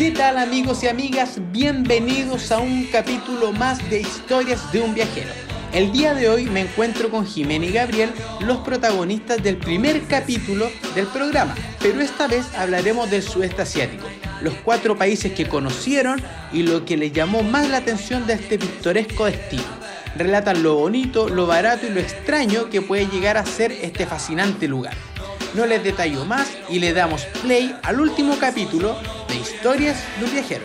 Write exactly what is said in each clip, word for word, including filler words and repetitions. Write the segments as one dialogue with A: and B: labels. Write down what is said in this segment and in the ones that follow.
A: ¿Qué tal, amigos y amigas? Bienvenidos a un capítulo más de Historias de un Viajero. El día de hoy me encuentro con Jimena y Gabriel, los protagonistas del primer capítulo del programa, pero esta vez hablaremos del sudeste asiático, los cuatro países que conocieron y lo que les llamó más la atención de este pintoresco destino. Relatan lo bonito, lo barato y lo extraño que puede llegar a ser este fascinante lugar. No les detallo más y le damos play al último capítulo de Historias de un Viajero.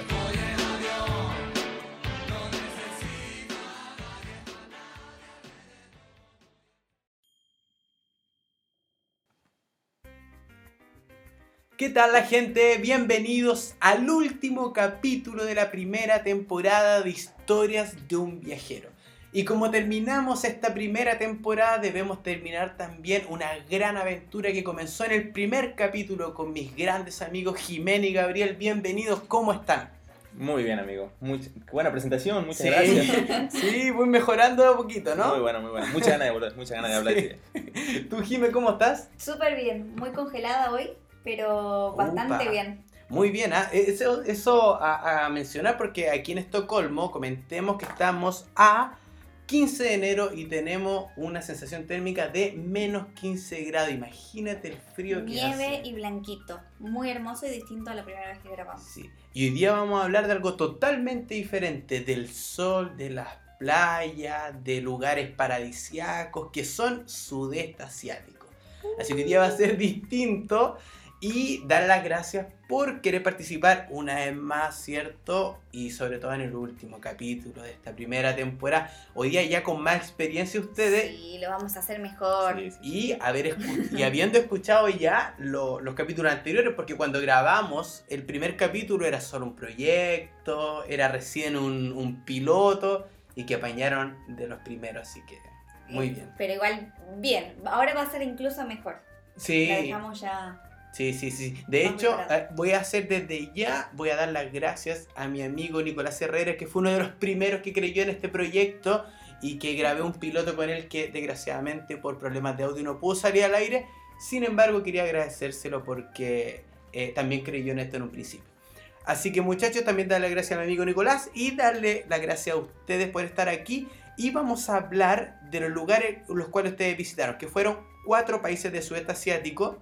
A: ¿Qué tal, la gente? Bienvenidos al último capítulo de la primera temporada de Historias de un Viajero. Y como terminamos esta primera temporada, debemos terminar también una gran aventura que comenzó en el primer capítulo con mis grandes amigos Jimena y Gabriel. Bienvenidos, ¿cómo están?
B: Muy bien, amigo. Muy buena presentación, muchas
A: Sí.
B: gracias.
A: Sí, voy mejorando de a poquito, ¿no?
B: Muy bueno, muy bueno. Muchas ganas de volver, muchas ganas de hablar.
A: Sí. ¿Tú, Jime, cómo estás?
C: Súper bien, muy congelada hoy, pero bastante
A: Upa.
C: bien.
A: Muy bien, ¿eh? eso, eso a, a mencionar porque aquí en Estocolmo comentemos que estamos a quince de enero y tenemos una sensación térmica de menos quince grados. Imagínate el frío que hace.
C: Nieve y blanquito, muy hermoso y distinto a la primera vez que grabamos.
A: Sí. Y hoy día vamos a hablar de algo totalmente diferente, del sol, de las playas, de lugares paradisíacos que son sudeste asiático. Así que hoy día va a ser distinto. Y dar las gracias por querer participar una vez más, ¿cierto? Y sobre todo en el último capítulo de esta primera temporada. Hoy día ya con más experiencia ustedes.
C: Sí, lo vamos a hacer mejor.
A: Sí, sí. Y, haber escu- y habiendo escuchado ya lo, los capítulos anteriores, porque cuando grabamos el primer capítulo era solo un proyecto, era recién un, un piloto, y que apañaron de los primeros, así que muy bien.
C: Pero igual, bien. Ahora va a ser incluso mejor.
A: Sí.
C: La dejamos ya...
A: Sí, sí, sí. De
C: Vamos
A: hecho,
C: preparado.
A: eh, voy a hacer desde ya, voy a dar las gracias a mi amigo Nicolás Herrera, que fue uno de los primeros que creyó en este proyecto y que grabé un piloto con él que desgraciadamente por problemas de audio no pudo salir al aire. Sin embargo, quería agradecérselo porque eh, también creyó en esto en un principio. Así que, muchachos, también darle las gracias a mi amigo Nicolás y darle las gracias a ustedes por estar aquí. Y vamos a hablar de los lugares los cuales ustedes visitaron, que fueron cuatro países de sudeste asiático,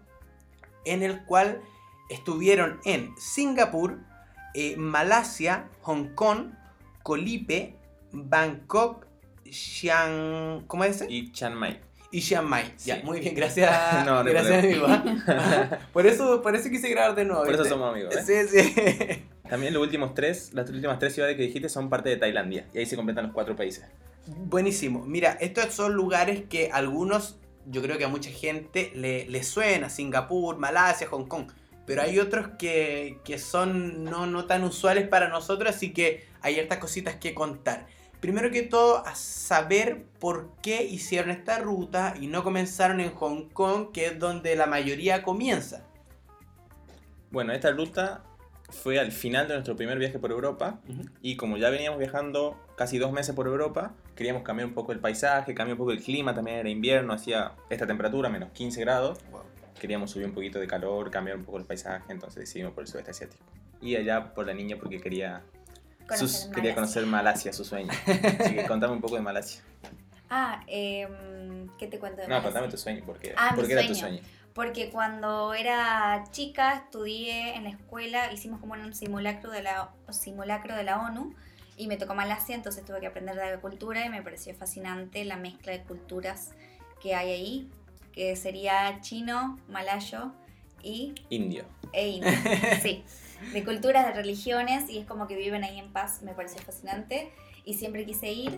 A: en el cual estuvieron en Singapur, eh, Malasia, Hong Kong, Colipe, Bangkok, Chiang... ¿Cómo es ese?
B: Y Chiang Mai.
A: Y Chiang Mai.
B: Sí.
A: Ya, muy bien, gracias.
B: No, no hay
A: gracias, amigo. ¿eh? por, eso, por eso quise grabar de nuevo.
B: Por eso
A: ¿viste?
B: somos amigos, ¿eh?
A: Sí, sí.
B: También los últimos tres, las últimas tres ciudades que dijiste son parte de Tailandia. Y ahí se completan los cuatro países.
A: Buenísimo. Mira, estos son lugares que algunos... Yo creo que a mucha gente le, le suena, Singapur, Malasia, Hong Kong, pero hay otros que, que son no, no tan usuales para nosotros, así que hay hartas cositas que contar. Primero que todo, a saber por qué hicieron esta ruta y no comenzaron en Hong Kong, que es donde la mayoría comienza.
B: Bueno, esta ruta fue al final de nuestro primer viaje por Europa.
A: Uh-huh.
B: Y como ya veníamos viajando casi dos meses por Europa, queríamos cambiar un poco el paisaje, cambiar un poco el clima, también era invierno, hacía esta temperatura, menos quince grados.
A: Wow.
B: Queríamos subir un poquito de calor, cambiar un poco el paisaje, entonces decidimos por el sudeste asiático. Y allá por la niña porque quería,
C: Conocer
B: sus,
C: Malasia.
B: quería conocer Malasia, su sueño. Así que contame un poco de Malasia.
C: Ah, eh, ¿qué te cuento de
B: No,
C: Malasia?
B: contame tu sueño, porque,
C: Ah, mi
B: porque era tu
C: sueño.
B: sueño.
C: Porque cuando era chica estudié en la escuela, hicimos como un simulacro de la, simulacro de la ONU y me tocó Malasia, entonces tuve que aprender de agricultura y me pareció fascinante la mezcla de culturas que hay ahí, que sería chino, malayo y
B: Indio.
C: e indio. Sí, de culturas, de religiones, y es como que viven ahí en paz, me pareció fascinante y siempre quise ir.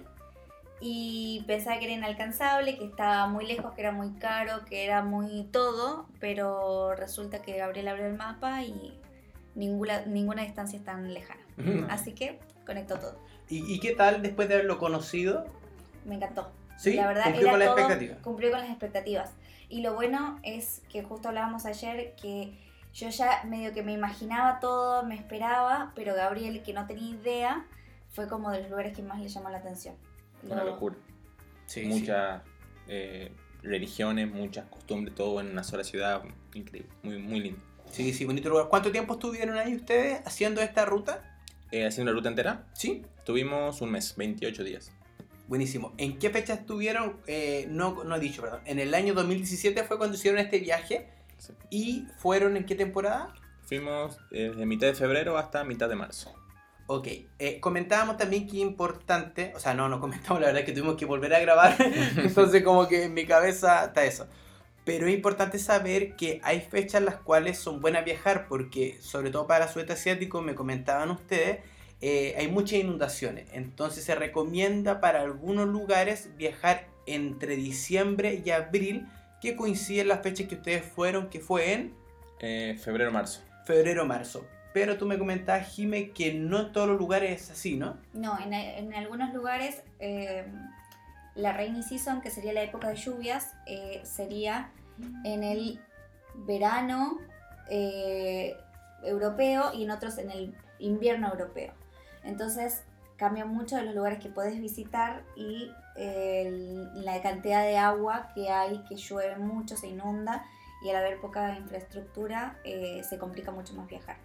C: Y pensaba que era inalcanzable, que estaba muy lejos, que era muy caro, que era muy todo, pero resulta que Gabriel abrió el mapa y ninguna, ninguna distancia es tan lejana.
A: Uh-huh.
C: Así que conectó todo.
A: ¿Y, ¿Y qué tal después de haberlo conocido?
C: Me encantó.
A: Sí,
C: La verdad,
A: cumplió
C: era
A: con las
C: todo,
A: expectativas.
C: Cumplió con las expectativas. Y lo bueno es que justo hablábamos ayer que yo ya medio que me imaginaba todo, me esperaba, pero Gabriel, que no tenía idea, fue como de los lugares que más le llamó la atención.
B: Una
C: Lo-
B: locura.
A: Sí,
B: Muchas eh, religiones, muchas costumbres, todo en una sola ciudad. Increíble, muy, muy lindo.
A: Sí, sí, bonito lugar. ¿Cuánto tiempo estuvieron ahí ustedes haciendo esta ruta?
B: Eh, haciendo la ruta entera,
A: Sí.
B: tuvimos un mes, veintiocho días.
A: Buenísimo. ¿En qué fecha estuvieron? Eh, no, no he dicho, perdón. En el año dos mil diecisiete fue cuando hicieron este viaje.
B: Sí.
A: ¿Y fueron en qué temporada?
B: Fuimos eh, desde mitad de febrero hasta mitad de marzo.
A: Ok. Eh, comentábamos también que importante, o sea, no, no comentamos, la verdad es que tuvimos que volver a grabar, entonces como que en mi cabeza está eso. Pero es importante saber que hay fechas las cuales son buenas viajar, porque sobre todo para el sudeste asiático, me comentaban ustedes, eh, hay muchas inundaciones. Entonces se recomienda para algunos lugares viajar entre diciembre y abril, que coinciden las fechas que ustedes fueron, que fue en
B: Eh, febrero, marzo.
A: febrero-marzo. Pero tú me comentabas, Jime, que no en todos los lugares es así, ¿no?
C: No, en, en algunos lugares eh, la rainy season, que sería la época de lluvias, eh, sería en el verano eh, europeo y en otros en el invierno europeo. Entonces cambia mucho de los lugares que puedes visitar y eh, la cantidad de agua que hay, que llueve mucho, se inunda, y al haber poca infraestructura eh, se complica mucho más viajar.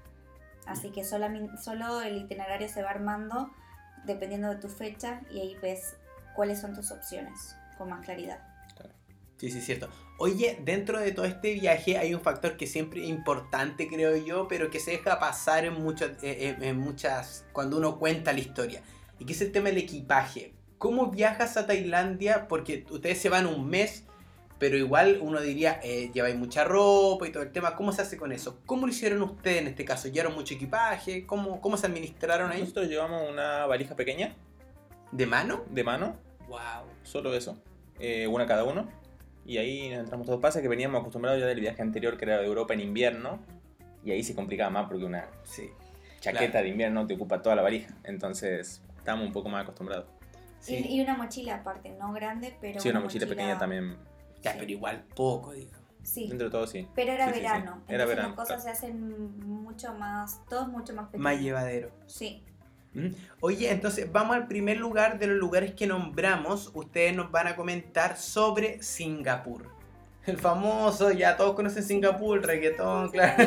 C: Así que solamente, solo el itinerario se va armando dependiendo de tu fecha y ahí ves cuáles son tus opciones con más claridad.
A: Sí, sí, es cierto. Oye, dentro de todo este viaje hay un factor que siempre es importante, creo yo, pero que se deja pasar en muchas, en, en muchas, cuando uno cuenta la historia. Y que es el tema del equipaje. ¿Cómo viajas a Tailandia? Porque ustedes se van un mes, pero igual uno diría, eh, lleváis mucha ropa y todo el tema. ¿Cómo se hace con eso? ¿Cómo lo hicieron ustedes en este caso? ¿Llevaron mucho equipaje? ¿Cómo, cómo se administraron ahí?
B: Nosotros llevamos una valija pequeña,
A: ¿De mano?
B: de mano,
A: Wow.
B: solo eso. Eh, una cada uno. Y ahí nos entramos todos. Pasa que veníamos acostumbrados ya del viaje anterior, que era de Europa en invierno. Y ahí se complicaba más porque una
A: Sí.
B: chaqueta
A: Claro.
B: de invierno te ocupa toda la valija. Entonces estábamos un poco más acostumbrados.
A: Sí.
C: Y, y una mochila aparte, no grande, pero
B: Sí, una mochila pequeña también.
A: Ya,
C: Sí.
A: pero igual poco, digo.
C: Sí,
B: Dentro de todo, sí.
C: pero era
B: Sí, sí, sí.
C: verano.
B: Era
C: Entonces
B: verano,
C: las cosas
B: claro.
C: se hacen mucho más, todos mucho más pequeños.
A: Más llevadero.
C: Sí.
A: ¿Mm? Oye, entonces vamos al primer lugar de los lugares que nombramos. Ustedes nos van a comentar sobre Singapur. El famoso, ya todos conocen Singapur, el reggaetón, claro.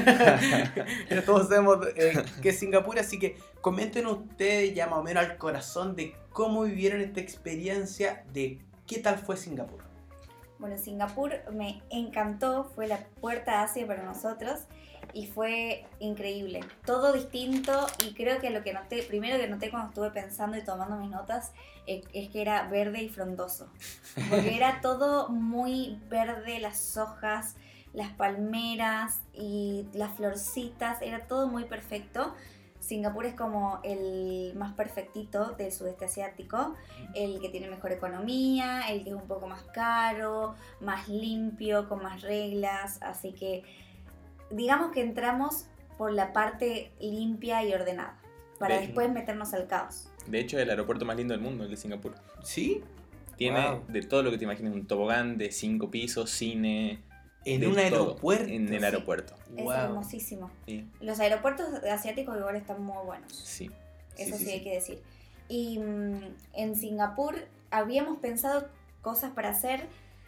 A: Ya todos sabemos eh, que es Singapur, así que comenten ustedes ya más o menos al corazón de cómo vivieron esta experiencia, de qué tal fue Singapur.
C: Bueno, Singapur me encantó, fue la puerta a Asia para nosotros y fue increíble, todo distinto, y creo que lo que noté, primero que noté cuando estuve pensando y tomando mis notas, eh, es que era verde y frondoso, porque era todo muy verde, las hojas, las palmeras y las florcitas, era todo muy perfecto. Singapur es como el más perfectito del sudeste asiático, el que tiene mejor economía, el que es un poco más caro, más limpio, con más reglas, así que digamos que entramos por la parte limpia y ordenada, para
B: De-
C: después meternos al caos.
B: De hecho, es el aeropuerto más lindo del mundo, el de Singapur.
A: ¿Sí?
B: Tiene
A: Wow.
B: de todo lo que te imagines, un tobogán de cinco pisos, cine.
A: En
B: de
A: un
B: todo,
A: aeropuerto.
B: En el
C: Sí.
B: aeropuerto.
C: Es
A: Wow.
C: hermosísimo.
B: Sí,
C: Los aeropuertos asiáticos igual están muy buenos.
B: sí.
C: Eso sí,
B: sí, sí,
C: hay
B: sí.
C: que decir. Y mm, en Singapur habíamos pensado cosas para hacer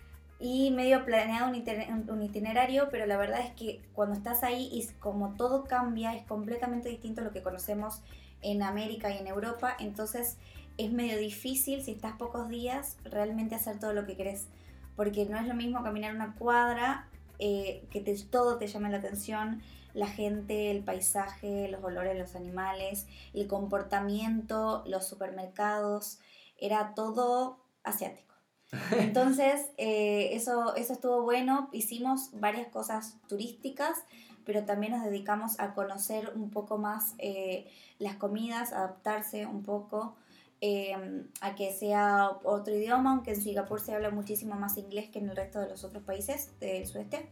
C: y medio planeado un, itiner- un itinerario, pero la verdad es que cuando estás ahí y como todo cambia, es completamente distinto a lo que conocemos en América y en Europa, entonces es medio difícil si estás pocos días realmente hacer todo lo que querés, porque no es lo mismo caminar una cuadra, eh, que te, todo te llame la atención, la gente, el paisaje, los olores, los animales, el comportamiento, los supermercados, era todo asiático. Entonces, eh, eso, eso estuvo bueno, hicimos varias cosas turísticas, pero también nos dedicamos a conocer un poco más eh, las comidas, adaptarse un poco, eh, a que sea otro idioma, aunque en Singapur se habla muchísimo más inglés que en el resto de los otros países del sudeste.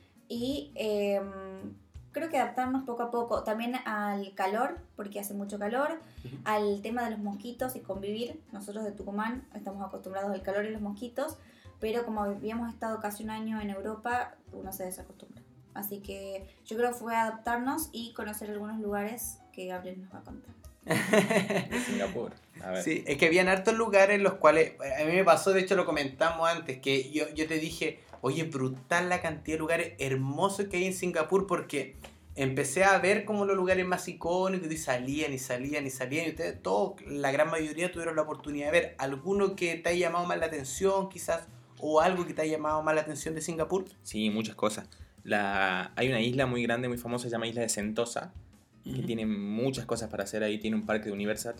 C: Y eh, creo que adaptarnos poco a poco, también al calor, porque hace mucho calor,
A: Ujú.
C: al tema de los mosquitos y convivir. Nosotros de Tucumán estamos acostumbrados al calor y los mosquitos, pero como habíamos estado casi un año en Europa, uno se desacostumbra. Así que yo creo que fue adaptarnos y conocer algunos lugares que Gabriel nos va a contar.
B: De Singapur. A ver.
A: Sí, es que habían hartos lugares en los cuales, a mí me pasó, de hecho lo comentamos antes, que yo, yo te dije, Oye, brutal la cantidad de lugares hermosos que hay en Singapur, porque empecé a ver como los lugares más icónicos y salían y salían y salían, y ustedes, todos, la gran mayoría tuvieron la oportunidad de ver alguno que te haya llamado más la atención, quizás, o algo que te haya llamado más la atención de Singapur.
B: Sí, muchas cosas. La... Hay una isla muy grande, muy famosa, se llama Isla de Sentosa, que
A: Uh-huh.
B: tiene muchas cosas para hacer ahí. Tiene un parque de Universal,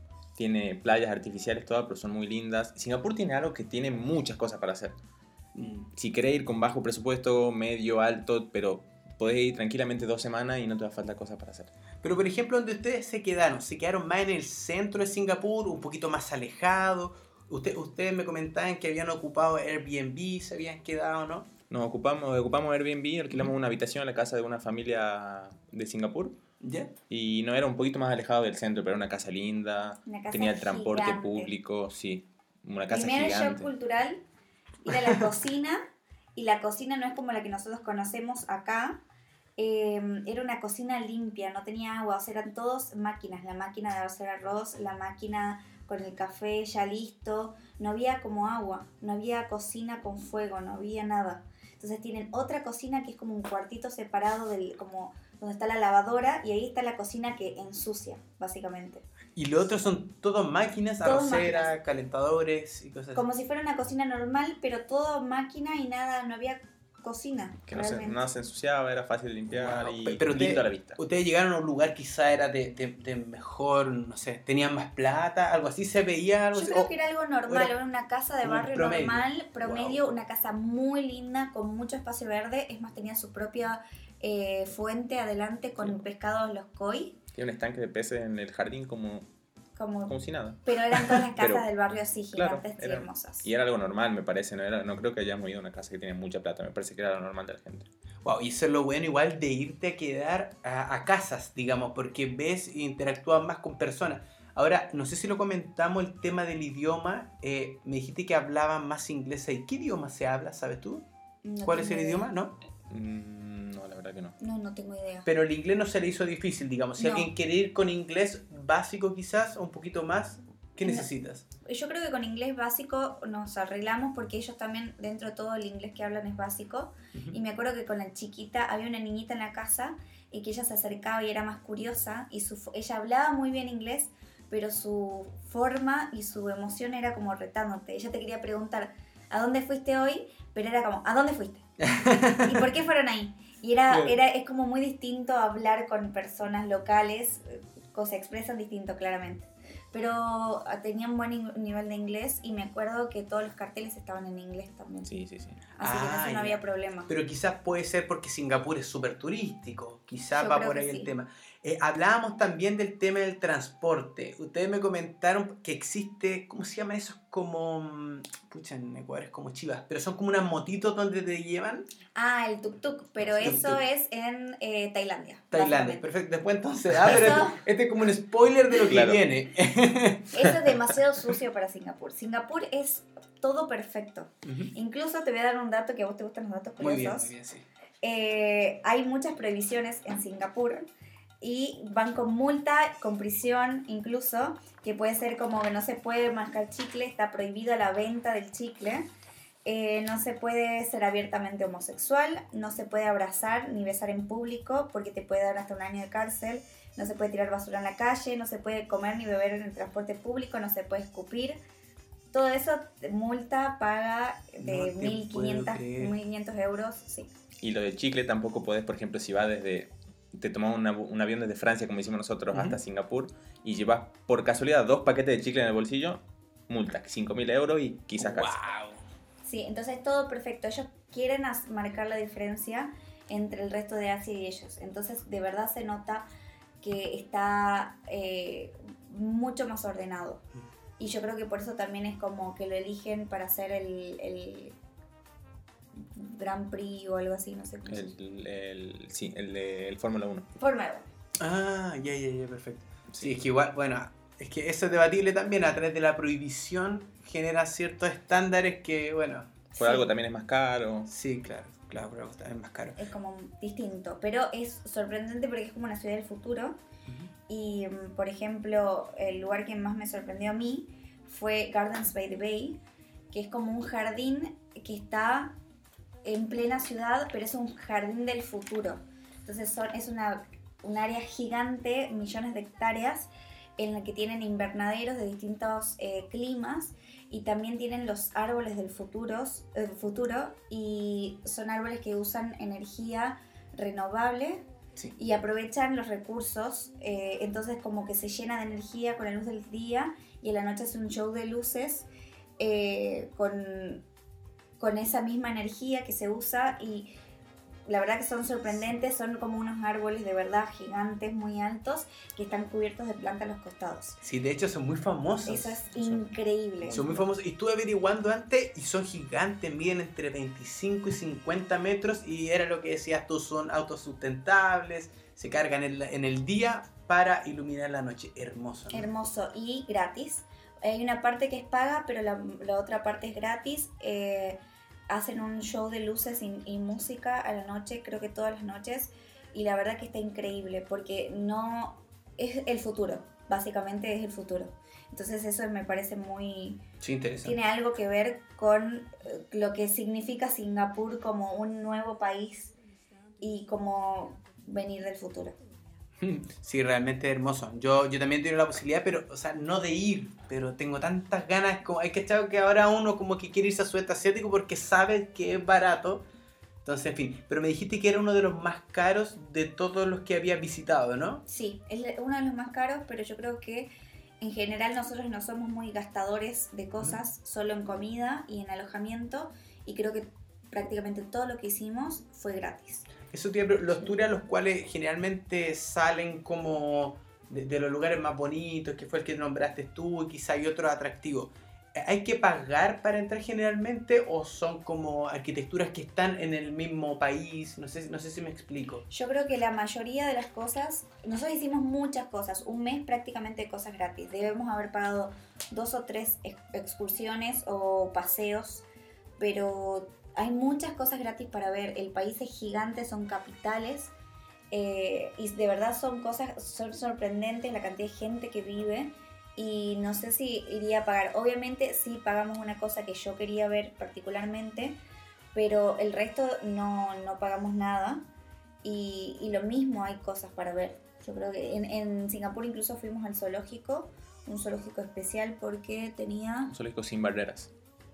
B: tiene playas artificiales todas, pero son muy lindas. Singapur tiene algo que tiene muchas cosas para hacer.
A: Mm.
B: Si querés ir con bajo presupuesto, medio, alto, pero podés ir tranquilamente dos semanas y no te va a faltar cosas para hacer.
A: Pero por ejemplo, donde ustedes se quedaron, ¿se quedaron más en el centro de Singapur, un poquito más alejado? Usted, ustedes me comentaban que habían ocupado Airbnb, se habían quedado, ¿no?
B: Nos ocupamos, ocupamos Airbnb, alquilamos una habitación en la casa de una familia de Singapur.
A: ¿Ya?
B: Y no era un poquito más alejado del centro, pero era una casa linda,
C: Una casa
B: tenía el transporte
C: gigante.
B: público, sí, una casa
C: Primero el shock
B: gigante.
C: cultural, ir a la cocina, y la cocina no es como la que nosotros conocemos acá. Eh, era una cocina limpia, no tenía agua, o sea, eran todos máquinas, la máquina de hacer arroz, la máquina con el café ya listo, no había como agua, no había cocina con fuego, no había nada. Entonces tienen otra cocina que es como un cuartito separado del, como donde está la lavadora, y ahí está la cocina que ensucia, básicamente.
A: Y los otros son todos máquinas,
C: Todos
A: arroceras,
C: máquinas.
A: calentadores y cosas así.
C: Como si fuera una cocina normal, pero todo máquina y nada, no había cocina.
B: Que no se,
C: realmente.
B: no se ensuciaba, era fácil de limpiar
A: Wow,
B: y
A: pe- pero
B: lindo
A: usted-
B: a la vista.
A: Ustedes llegaron a un lugar quizá era de, de, de mejor, no sé, tenían más plata, algo así, se veía algo
C: Yo
A: así.
C: creo
A: Oh,
C: que era algo normal,
A: era
C: era una casa de
A: como un
C: barrio
A: promedio.
C: normal, promedio, una casa muy linda, con mucho espacio verde. Es más, tenía su propia eh, fuente adelante con pescados los koi.
B: Tiene un estanque de peces en el jardín como,
C: Como,
B: como si nada.
C: pero eran todas las casas
B: Pero,
C: del barrio así,
B: claro,
C: gigantes y
B: era-
C: hermosas.
B: Y era algo normal, me parece, no, era, no creo que hayamos ido a una casa que tiene mucha plata, me parece que era lo normal de la gente.
A: wow, y eso es lo bueno igual de irte a quedar a, a casas, digamos, porque ves e interactúas más con personas. Ahora, no sé si lo comentamos, el tema del idioma, eh, me dijiste que hablaban más inglés ahí. ¿Qué idioma se habla, sabes tú?
C: No
A: ¿Cuál es
C: tengo
A: el
C: idea.
A: idioma? ¿No?
B: Mm, no, la verdad que no.
C: No, no tengo idea.
A: Pero el inglés no se le hizo difícil, digamos. Si
C: No.
A: alguien quiere ir con inglés básico quizás, o un poquito más, ¿qué
C: No.
A: necesitas?
C: Yo creo que con inglés básico nos arreglamos porque ellos también, dentro de todo el inglés que hablan es básico. Y me acuerdo que con la chiquita, había una niñita en la casa y que ella se acercaba y era más curiosa. Y su, ella hablaba muy bien inglés, pero su forma y su emoción era como retándote. Ella te quería preguntar, ¿a dónde fuiste hoy? Pero era como, ¿a dónde fuiste? ¿Y por qué fueron ahí? Y era,
A: Claro.
C: era, es como muy distinto hablar con personas locales, o se expresan distinto claramente. Pero tenía un buen in- nivel de inglés y me acuerdo que todos los carteles estaban en inglés también.
B: Sí, sí, sí.
C: Así que en
A: Ah,
C: eso no
A: ya.
C: había problema.
A: Pero quizás puede ser porque Singapur es súper turístico. Quizás
C: Yo
A: va
C: creo
A: por
C: que
A: ahí el
C: sí.
A: tema. Eh, hablábamos también del tema del transporte. Ustedes me comentaron que existe, ¿cómo se llaman esos? Como, mm, pucha, en Ecuador es como chivas, pero son como unas motitos donde te llevan.
C: Ah, el tuk-tuk, pero
A: Tuk-tuk.
C: eso es en eh, Tailandia.
A: Tailandia,
C: básicamente.
A: perfecto. Después entonces, ah, pero
C: Eso-
A: este, este es como un spoiler de lo que
B: Claro.
A: viene.
C: Eso es demasiado sucio para Singapur. Singapur es todo perfecto.
A: Ujú.
C: Incluso te voy a dar un dato que a vos te gustan los datos
A: Muy bien,
C: curiosos.
A: muy bien, sí.
C: Eh, hay muchas prohibiciones en Singapur y van con multa, con prisión incluso, que puede ser como que no se puede mascar chicle, está prohibido la venta del chicle, eh, no se puede ser abiertamente homosexual, no se puede abrazar ni besar en público porque te puede dar hasta un año de cárcel, no se puede tirar basura en la calle, no se puede comer ni beber en el transporte público, no se puede escupir. Todo eso, multa, paga
A: No
C: de
A: te
C: mil quinientos
A: puedo creer.
C: euros, sí.
B: Y lo del chicle tampoco podés, por ejemplo, si vas desde... Te tomas una- un avión desde Francia, como hicimos nosotros,
A: Ujú.
B: hasta Singapur, y llevas por casualidad dos paquetes de chicle en el bolsillo, multa, cinco mil euros y quizás cárcel.
A: Wow.
C: Sí, entonces todo perfecto. Ellos quieren as- marcar la diferencia entre el resto de Asia y ellos. Entonces de verdad se nota que está eh, mucho más ordenado. Y yo creo que por eso también es como que lo eligen para hacer el, el Grand Prix o algo así, no sé cómo se llama.
B: El, el, sí, el de el Fórmula uno.
C: Fórmula uno.
A: Ah, ya, ya, ya, perfecto. Sí, es que igual, bueno, es que eso es debatible también. A través de la prohibición genera ciertos estándares que, bueno,
B: Por
C: Sí.
B: algo también es más caro.
A: sí, claro, claro, pero también es más caro.
C: Es como distinto, pero es sorprendente porque es como una ciudad del futuro. Y, mm, por ejemplo, el lugar que más me sorprendió a mí fue Gardens by the Bay, que es como un jardín que está en plena ciudad, pero es un jardín del futuro. Entonces son, es una, un área gigante, millones de hectáreas, en la que tienen invernaderos de distintos eh, climas y también tienen los árboles del futuro, eh, futuro y son árboles que usan energía renovable.
A: Sí.
C: Y aprovechan los recursos, eh, entonces como que se llena de energía con la luz del día y en la noche es un show de luces eh, con, con esa misma energía que se usa y la verdad que son sorprendentes, son como unos árboles de verdad gigantes, muy altos, que están cubiertos de planta a los costados.
A: Sí, de hecho son muy famosos.
C: Eso es increíble.
A: Son muy famosos. Y estuve averiguando antes y son gigantes, miden entre veinticinco y cincuenta metros y era lo que decías tú, son autosustentables, se cargan en, la, en el día para iluminar la noche. Hermoso, ¿no?
C: Hermoso y gratis. Hay una parte que es paga, pero la, la otra parte es gratis. Eh, hacen un show de luces y, y música a la noche, creo que todas las noches, y la verdad que está increíble porque no es el futuro, básicamente es el futuro. Entonces eso me parece muy...
A: Sí, interesante.
C: Tiene algo que ver con lo que significa Singapur como un nuevo país y como venir del futuro.
A: Sí, realmente hermoso. Yo, yo también tengo la posibilidad, pero, o sea, no de ir, pero tengo tantas ganas. Como, hay que echar que ahora uno como que quiere irse a sudeste asiático porque sabe que es barato. Entonces, en fin. Pero me dijiste que era uno de los más caros de todos los que había visitado, ¿no?
C: Sí, es uno de los más caros, pero yo creo que en general nosotros no somos muy gastadores de cosas, mm. solo en comida y en alojamiento. Y creo que prácticamente todo lo que hicimos fue gratis.
A: Eso tiene los tours a los cuales generalmente salen como de, de los lugares más bonitos, que fue el que nombraste tú, y quizá hay otros atractivos. ¿Hay que pagar para entrar generalmente o son como arquitecturas que están en el mismo país? No sé, no sé si me explico.
C: Yo creo que la mayoría de las cosas, nosotros hicimos muchas cosas, un mes prácticamente de cosas gratis. Debemos haber pagado dos o tres excursiones o paseos, pero... hay muchas cosas gratis para ver, el país es gigante, son capitales eh, y de verdad son cosas, son sorprendentes la cantidad de gente que vive y no sé si iría a pagar. Obviamente sí pagamos una cosa que yo quería ver particularmente, pero el resto no, no pagamos nada y, y lo mismo hay cosas para ver. Yo creo que en, en Singapur incluso fuimos al zoológico, un zoológico especial porque tenía...
B: Un zoológico sin barreras.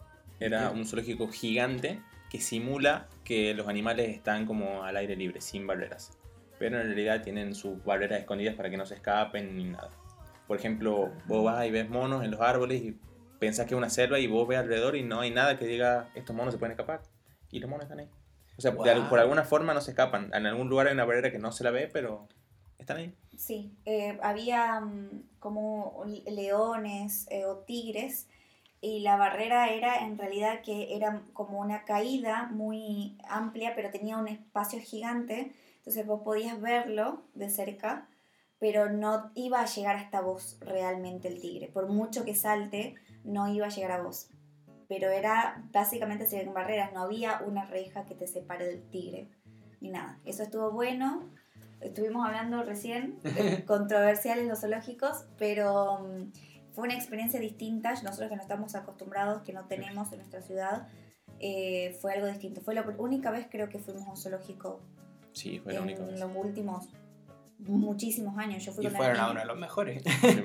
B: Era un zoológico gigante que simula que los animales están como al aire libre, sin barreras. Pero en realidad tienen sus barreras escondidas para que no se escapen ni nada. Por ejemplo, vos vas y ves monos en los árboles y pensás que es una selva y vos ves alrededor y no hay nada que diga estos monos se pueden escapar. Y los monos están ahí. O sea, wow. de, por alguna forma no se escapan. En algún lugar hay una barrera que no se la ve, pero están ahí.
C: Sí, eh, había um, como leones eh, o tigres. Y la barrera era en realidad que era como una caída muy amplia, pero tenía un espacio gigante. Entonces vos podías verlo de cerca, pero no iba a llegar hasta vos realmente el tigre. Por mucho que salte, no iba a llegar a vos. Pero era básicamente sin barreras, no había una reja que te separe del tigre, ni nada. Eso estuvo bueno. Estuvimos hablando recién de controversiales los zoológicos, pero... fue una experiencia distinta, nosotros que no estamos acostumbrados, que no tenemos en nuestra ciudad, eh, fue algo distinto. Fue la única vez creo que fuimos a un zoológico.
B: Sí, fue la única vez.
C: En los últimos muchísimos años. Yo fui
A: y
C: con
A: fueron a uno de los mejores.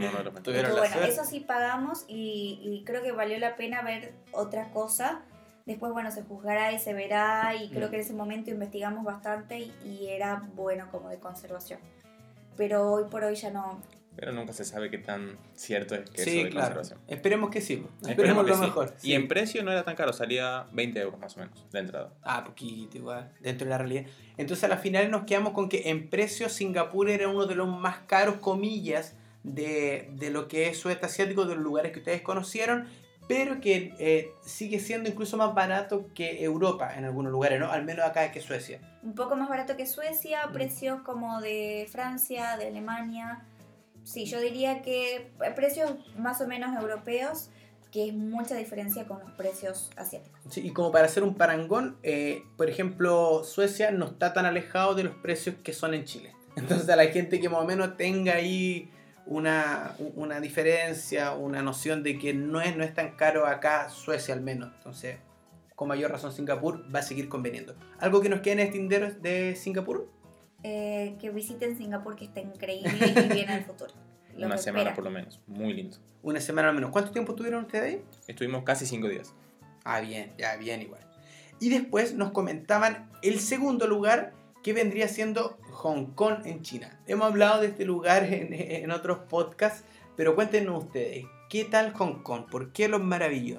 C: Pero bueno, eso sí pagamos y, y creo que valió la pena ver otra cosa. Después, bueno, se juzgará y se verá y creo mm. que en ese momento investigamos bastante y, y era bueno como de conservación. Pero hoy por hoy ya no...
B: Pero nunca se sabe qué tan cierto es que
A: sí,
B: eso de
A: claro.
B: conservación.
A: Esperemos que sí. Esperemos,
B: Esperemos
A: lo
B: que
A: mejor.
B: Sí.
A: Sí.
B: Y en precio no era tan caro, salía veinte euros más o menos de entrada.
A: Ah, poquito igual, dentro de la realidad. Entonces a la final nos quedamos con que en precio Singapur era uno de los más caros, comillas, de, de lo que es sudeste asiático, de los lugares que ustedes conocieron, pero que eh, sigue siendo incluso más barato que Europa en algunos lugares, ¿no? Al menos acá que Suecia.
C: Un poco más barato que Suecia, mm. precios como de Francia, de Alemania... Sí, yo diría que precios más o menos europeos, que es mucha diferencia con los precios asiáticos.
A: Sí, y como para hacer un parangón, eh, por ejemplo, Suecia no está tan alejado de los precios que son en Chile. Entonces a la gente que más o menos tenga ahí una, una diferencia, una noción de que no es, no es tan caro acá, Suecia al menos. Entonces, con mayor razón Singapur va a seguir conveniendo. ¿Algo que nos queda en este tintero de Singapur?
C: Eh, que visiten Singapur, que está increíble y viene el futuro. Lo
B: Una
C: que
B: semana
C: espera.
B: por lo menos, muy lindo.
A: Una semana al menos. ¿Cuánto tiempo tuvieron ustedes ahí?
B: Estuvimos casi cinco días.
A: Ah, bien, ya, bien igual. Y después nos comentaban el segundo lugar, que vendría siendo Hong Kong en China. Hemos hablado de este lugar en, en otros podcasts, pero cuéntenos ustedes, ¿qué tal Hong Kong? ¿Por qué los maravilló?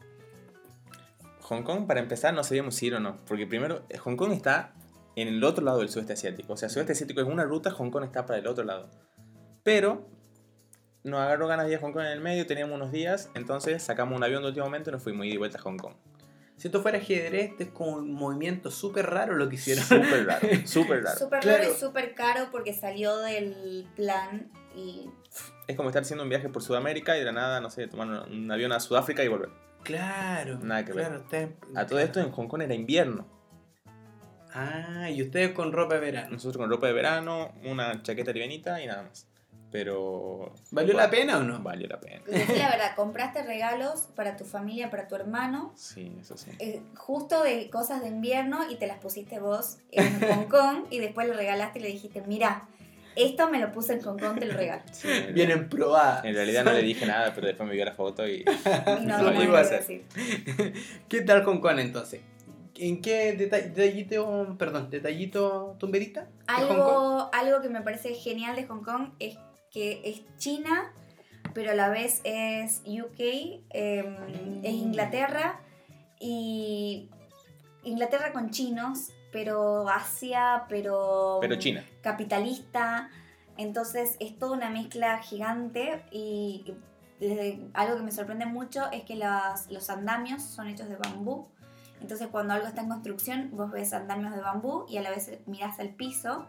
B: Hong Kong, para empezar, no sabíamos si ir o no. Porque primero, Hong Kong está en el otro lado del sudeste asiático. O sea, el sudeste asiático es una ruta, Hong Kong está para el otro lado. Pero nos agarró ganas de ir a Hong Kong en el medio, teníamos unos días, entonces sacamos un avión de último momento y nos fuimos y de vuelta a Hong Kong.
A: Si esto fuera ajedrez, este es como un movimiento súper raro lo que hicieron.
B: Súper raro, súper raro.
C: Súper
A: Claro.
C: raro y súper caro porque salió del plan y...
B: Es como estar haciendo un viaje por Sudamérica y de la nada, no sé, tomar un, un avión a Sudáfrica y volver.
A: Claro.
B: Nada que ver.
A: claro, ustedes-
B: A todo esto en Hong Kong era invierno.
A: Ah, y ustedes con ropa de verano.
B: Nosotros con ropa de verano, una chaqueta livianita y nada más. Pero...
A: ¿Valió la pena o no?
B: Valió la pena.
C: Decí la verdad, compraste regalos para tu familia, para tu hermano,
B: Sí, eso sí.
C: eh, justo de cosas de invierno y te las pusiste vos en Hong Kong y después le regalaste y le dijiste, mira, esto me lo puse en Hong Kong, te lo regalo.
B: Sí, en-
A: Vienen probadas.
B: En realidad no le dije nada, pero después me vio la foto y...
C: Y no,
B: No,
C: no,
A: igual.
C: puedo decir.
A: ¿Qué tal Hong Kong entonces? ¿En qué deta- detallito, perdón, detallito tumberita? de Hong Kong?
C: Algo, algo que me parece genial de Hong Kong es que es China, pero a la vez es U K, eh, es Inglaterra, y Inglaterra con chinos, pero Asia, pero,
B: Pero China.
C: capitalista. Entonces es toda una mezcla gigante y desde, algo que me sorprende mucho es que las, los andamios son hechos de bambú. Entonces cuando algo está en construcción vos ves andamios de bambú y a la vez mirás al piso.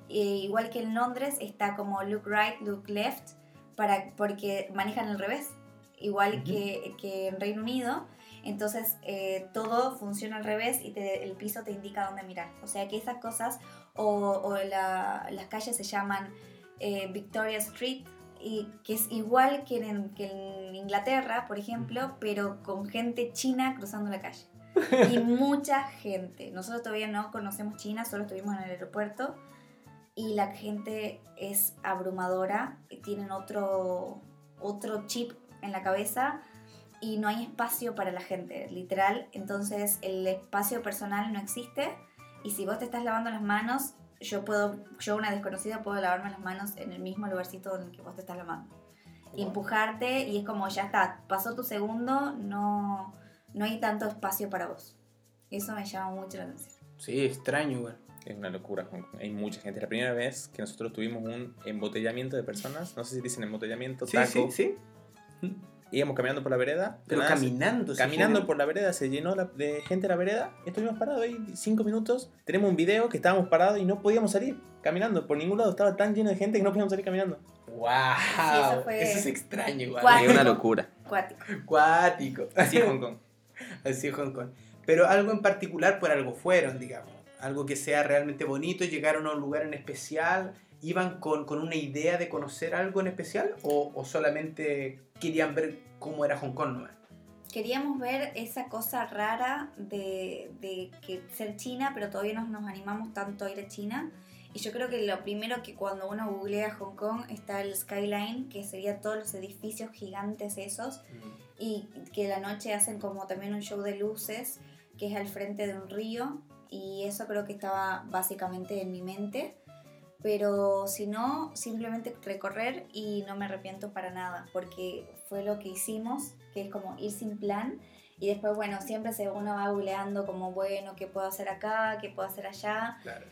C: E igual que en Londres está como look right, look left, para, porque manejan al revés, igual
A: Ujú.
C: que, que en Reino Unido. Entonces eh, todo funciona al revés y te- el piso te indica dónde mirar. O sea que esas cosas, o, o la- las calles se llaman eh, Victoria Street, y que es igual que en, que en Inglaterra, por ejemplo, pero con gente china cruzando la calle. Y mucha gente. Nosotros todavía no conocemos China, solo estuvimos en el aeropuerto. Y la gente es abrumadora, tienen otro, otro chip en la cabeza y no hay espacio para la gente, literal. Entonces el espacio personal no existe y si vos te estás lavando las manos, yo puedo, yo una desconocida puedo lavarme las manos en el mismo lugarcito en el que vos te estás lavando. Y empujarte y es como ya está, pasó tu segundo, no, no hay tanto espacio para vos. Eso me llama mucho la atención.
A: Sí, extraño igual.
B: Es una locura Hong Kong. Hay mucha gente. La primera vez que nosotros tuvimos un embotellamiento de personas, no sé si dicen embotellamiento,
A: Sí,
B: taco,
A: sí, sí.
B: íbamos caminando por la vereda. de
A: Pero
B: nada se-
A: caminando. se
B: Caminando
A: genera-
B: por la vereda, se llenó la- de gente la vereda. Y estuvimos parados ahí cinco minutos. Tenemos un video que estábamos parados y no podíamos salir caminando. Por ningún lado estaba tan lleno de gente que no podíamos salir caminando.
A: ¡Wow!
C: eso fue-
A: Eso es extraño igual.
C: Cuático.
B: Es una locura.
C: Cuático.
A: Cuático.
B: Así es Hong Kong.
A: Así es Hong Kong. Pero algo en particular, por algo fueron, digamos. Algo que sea realmente bonito, llegaron a un lugar en especial, iban con, con una idea de conocer algo en especial o, o solamente querían ver cómo era Hong Kong nomás.
C: Queríamos ver esa cosa rara de, de que ser China, pero todavía no nos animamos tanto a ir a China. Y yo creo que lo primero que cuando uno googlea Hong Kong está el skyline, que sería todos los edificios gigantes esos, y que la noche hacen como también un show de luces, que es al frente de un río, y eso creo que estaba básicamente en mi mente. Pero si no, simplemente recorrer y no me arrepiento para nada, porque fue lo que hicimos, que es como ir sin plan. Y después, bueno, siempre se uno va googleando como, bueno, ¿qué puedo hacer acá? ¿Qué puedo hacer allá?
A: Claro.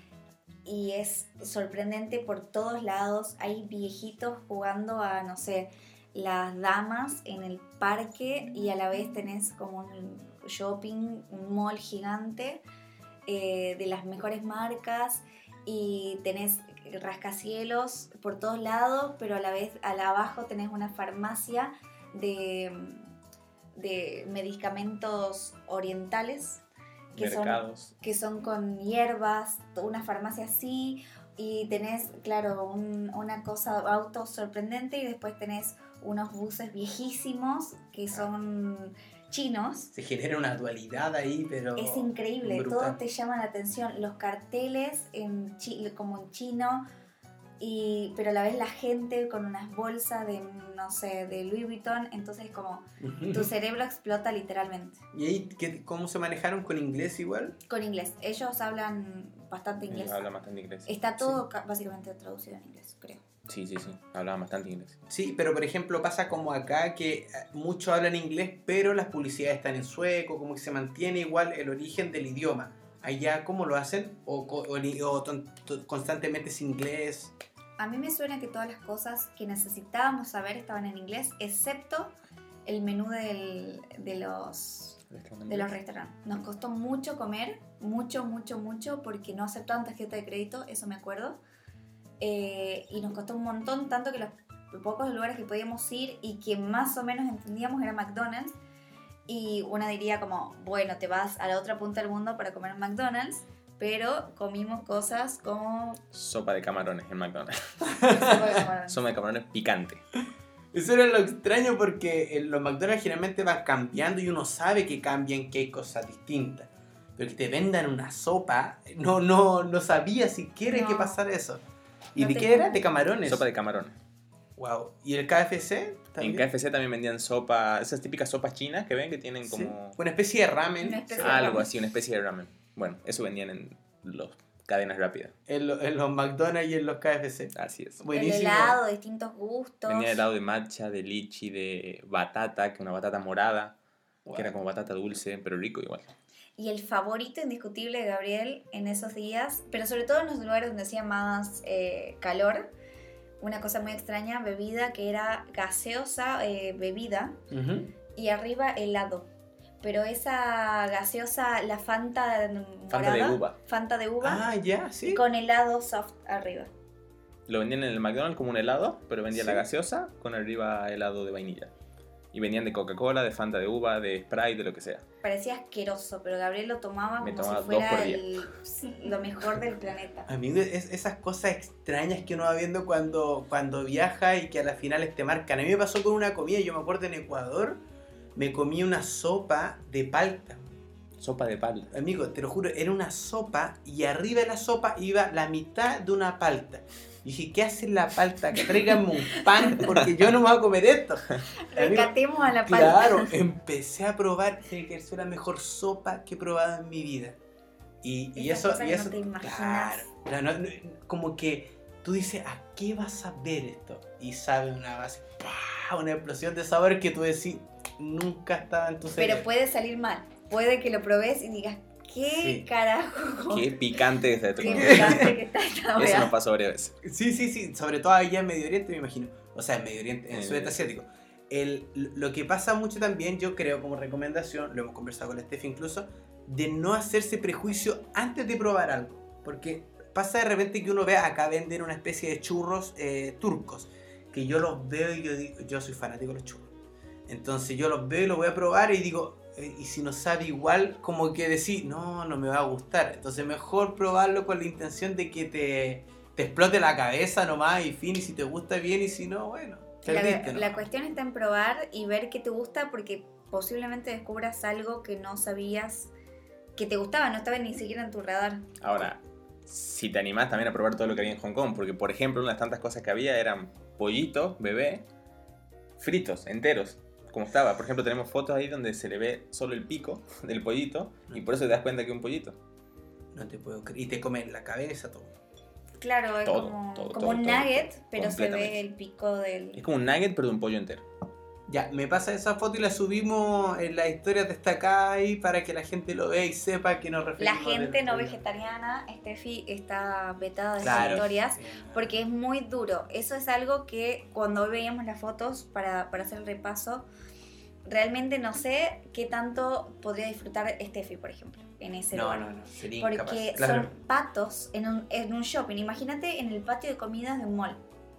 C: Y es sorprendente por todos lados. Hay viejitos jugando a, no sé, las damas en el parque y a la vez tenés como un shopping, un mall gigante eh, de las mejores marcas y tenés rascacielos por todos lados, pero a la vez al abajo tenés una farmacia de, de medicamentos orientales que son,
B: Mercados.
C: que son con hierbas, una farmacia así, y tenés, claro, un- una cosa, auto sorprendente, y después tenés unos buses viejísimos que son chinos.
A: Se genera una dualidad ahí, pero...
C: Es increíble,
A: brutal.
C: todo te llama la atención. Los carteles en chi- como en chino, y, pero a la vez la gente con unas bolsas de, no sé, de Louis Vuitton. Entonces como tu cerebro explota literalmente.
A: ¿Y ahí qué, cómo se manejaron con inglés igual?
C: Con inglés. Ellos hablan bastante inglés.
B: Ellos hablan bastante inglés.
C: Está todo ca- básicamente traducido en inglés, creo.
B: Sí, sí, sí. Hablaban bastante inglés.
A: Sí, pero por ejemplo pasa como acá que muchos hablan inglés, pero las publicidades están en sueco, como que se mantiene igual el origen del idioma. Allá, ¿cómo lo hacen? ¿O, o, o ton- ton- constantemente es inglés?
C: A mí me suena que todas las cosas que necesitábamos saber estaban en inglés, excepto el menú del, de los... de los restaurantes. Nos costó mucho comer, mucho, mucho, mucho, porque no aceptaban tarjeta de crédito, eso me acuerdo. Eh, y nos costó un montón, tanto que los pocos lugares que podíamos ir y que más o menos entendíamos era McDonald's. Y una diría como, bueno, te vas a la otra punta del mundo para comer en McDonald's, pero comimos cosas como...
B: Sopa de camarones en McDonald's.
C: sopa de camarones.
B: Sopa de camarones picante.
A: Eso era lo extraño porque en los McDonald's generalmente van cambiando y uno sabe que cambian, que hay cosas distintas. Pero que te vendan una sopa, no, no, no sabía siquiera
C: No.
A: que pasara eso. ¿Y
C: No
A: de
C: te-
A: qué era? De camarones.
B: Sopa de camarones.
A: Wow. ¿Y el K F C?
B: En K F C también vendían sopa, esas típicas sopas chinas que ven que tienen
A: Sí.
B: como
A: Una especie de ramen.
C: Una especie de
B: algo
C: ramen.
B: así, una especie de ramen. Bueno, eso vendían en las cadenas rápidas.
A: En, lo- en los McDonald's y en los K F C.
B: Así es.
C: El
A: Buenísimo.
C: helado, distintos gustos.
B: Vendía helado de matcha, de lichi, de batata, que una batata morada,
A: Wow.
B: que era como batata dulce, pero rico igual.
C: Y el favorito indiscutible de Gabriel en esos días, pero sobre todo en los lugares donde hacía más eh, calor, una cosa muy extraña, bebida que era gaseosa, eh, bebida,
A: Ujú.
C: y arriba helado. Pero esa gaseosa, la Fanta morada,
B: Fanta de uva.
C: Fanta de uva,
A: Ah, ya, sí.
C: con helado soft arriba.
B: Lo vendían en el McDonald's como un helado, pero vendían
A: Sí.
B: la gaseosa con arriba helado de vainilla. Y venían de Coca-Cola, de Fanta de uva, de Sprite, de lo que sea.
C: Parecía asqueroso, pero Gabriel lo tomaba
B: Me
C: como
B: tomaba
C: si
B: dos
C: fuera
B: por día.
C: el- lo mejor del planeta.
A: Amigo, es, esas cosas extrañas que uno va viendo cuando, cuando viaja y que a las finales te marcan. A mí me pasó con una comida, yo me acuerdo en Ecuador, me comí una sopa de palta.
B: Sopa de palta.
A: Amigo, te lo juro, era una sopa y arriba de la sopa iba la mitad de una palta. Y dije, ¿qué hace la palta? Que tráiganme un pan porque yo no me voy a comer esto. Amigo,
C: Rescatemos a la palta.
A: claro, empecé a probar, tiene que ser la mejor sopa que he probado en mi vida. Y, y
C: Esas
A: eso,
C: cosas
A: y
C: que
A: eso,
C: no te imaginas.
A: claro, claro, no- no- como que tú dices, ¿a qué vas a ver esto? Y sabe una base, ¡pah! Una explosión de sabor que tú decís, nunca estaba en tu cerebro.
C: Pero puede salir mal. Puede que lo probes y digas, ¿qué
A: Sí.
C: carajo?
B: Qué picante es esto.
C: Qué picante que está esta
B: Eso
C: weá.
B: nos pasó varias veces.
A: Sí, sí, sí, sobre todo allá en Medio Oriente, me imagino. O sea, en Medio Oriente, en
B: Eh.
A: Sudeste Asiático. El, lo que pasa mucho también, yo creo, como recomendación, lo hemos conversado con la Steffi incluso, de no hacerse prejuicio antes de probar algo. Porque pasa de repente que uno ve, acá venden una especie de churros eh, turcos, que yo los veo y yo digo, yo soy fanático de los churros. Entonces yo los veo y los voy a probar y digo, eh, y si no sabe igual, como que decir, no, no me va a gustar. Entonces mejor probarlo con la intención de que te, te explote la cabeza nomás y fin, y si te gusta bien y si no, bueno, perdiste,
C: La,
A: ¿no?
C: la cuestión está en probar y ver qué te gusta, porque posiblemente descubras algo que no sabías que te gustaba, no estaba ni siquiera en tu radar.
B: Ahora, si te animás también a probar todo lo que había en Hong Kong, porque por ejemplo, una de las tantas cosas que había eran pollitos, bebé, fritos, enteros, como estaba. Por ejemplo, tenemos fotos ahí donde se le ve solo el pico del pollito y por eso te das cuenta que es un pollito.
A: No te puedo creer. Y te comen la cabeza, todo.
C: Claro, es
B: Todo,
C: como,
B: todo,
C: como
B: todo,
C: un
B: todo,
C: nugget,
B: todo,
C: pero se
B: completamente.
C: ve el pico del...
B: Es como un nugget, pero de un pollo entero.
A: Ya, me pasa esa foto y la subimos en las historias destacadas ahí para que la gente lo vea y sepa que nos
C: La
A: referimos.
C: gente
A: del
C: no
A: pollo.
C: vegetariana, Steffi, está vetada de
A: Claro.
C: las historias porque es muy duro. Eso es algo que cuando hoy veíamos las fotos para, para hacer el repaso, realmente no sé qué tanto podría disfrutar Steffi, por ejemplo, en ese
A: No,
C: lugar.
A: no, no, sería
C: Porque
A: incapaz. Claro.
C: son patos en un, en un shopping. Imagínate en el patio de comidas de un mall.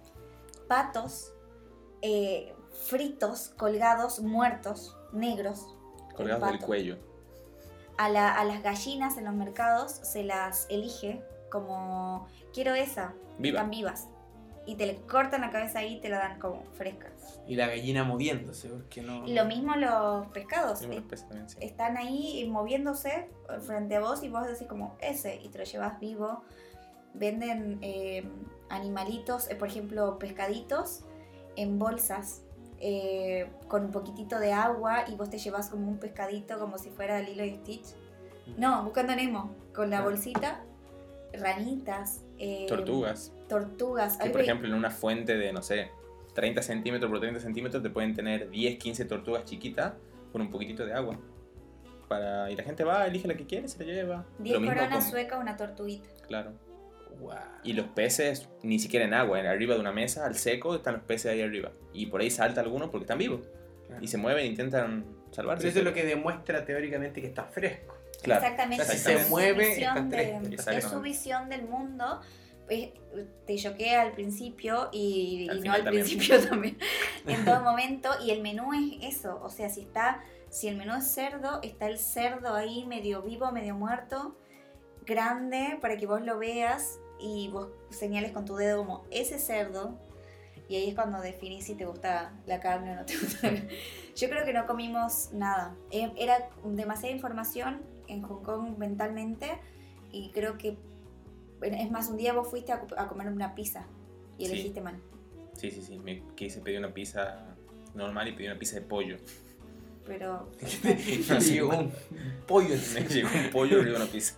C: Patos eh, fritos, colgados, muertos, negros. el
B: Colgados del
C: pato.
B: cuello.
C: A, la- a las gallinas en los mercados se las elige como, quiero esa,
B: Viva.
C: están vivas. y te le cortan la cabeza ahí y te la dan como fresca.
A: Y la gallina moviéndose, porque no...
C: Lo mismo los pescados,
B: Sí, bueno,
C: eh,
B: pesa también, sí.
C: están ahí moviéndose frente a vos y vos decís como ese y te lo llevas vivo. Venden eh, animalitos, eh, por ejemplo pescaditos en bolsas eh, con un poquitito de agua y vos te llevas como un pescadito como si fuera Lilo y Stitch. No, Buscando a Nemo, con la bolsita, ranitas, eh,
B: Tortugas.
C: tortugas.
B: Que
C: Ay,
B: por
C: ve-
B: ejemplo en una fuente de, no sé, treinta centímetros por treinta centímetros te pueden tener diez, quince tortugas chiquitas con un poquitito de agua. Para... Y la gente va, elige la que quiere, se la lleva.
C: diez
B: Lo mismo
C: coronas
B: con-
C: suecas, una tortuguita.
B: Claro.
A: Wow.
B: Y los peces, ni siquiera en agua, en arriba de una mesa, al seco, están los peces ahí arriba. Y por ahí salta alguno porque están vivos.
A: Claro.
B: Y se mueven e intentan
A: Pero
B: salvarse.
A: eso es lo que demuestra teóricamente que está fresco.
B: Claro.
C: Exactamente.
A: O sea, si
B: se
C: Es su
A: mueve,
C: visión
A: está
C: de-
A: fresco.
C: es su
B: Exactamente.
C: visión del mundo. Pues, te choquea al principio y,
B: Al
C: y no
B: final
C: al
B: también.
C: principio también. En todo momento. Y el menú es eso. O sea, si está, si el menú es cerdo, está el cerdo ahí medio vivo, medio muerto, grande, para que vos lo veas y vos señales con tu dedo como ese cerdo. Y ahí es cuando definís si te gusta la carne o no te gusta. Yo creo que no comimos nada. Eh, Era demasiada información en Hong Kong mentalmente y creo que, bueno, es más, un día vos fuiste a, a comer una pizza y
B: Sí.
C: elegiste mal.
B: Sí, sí, sí. Me quise pedir una pizza normal y pedí una pizza de pollo.
C: Pero
A: Y llegó un pollo
B: Me
A: encima.
B: llegó un pollo y una pizza.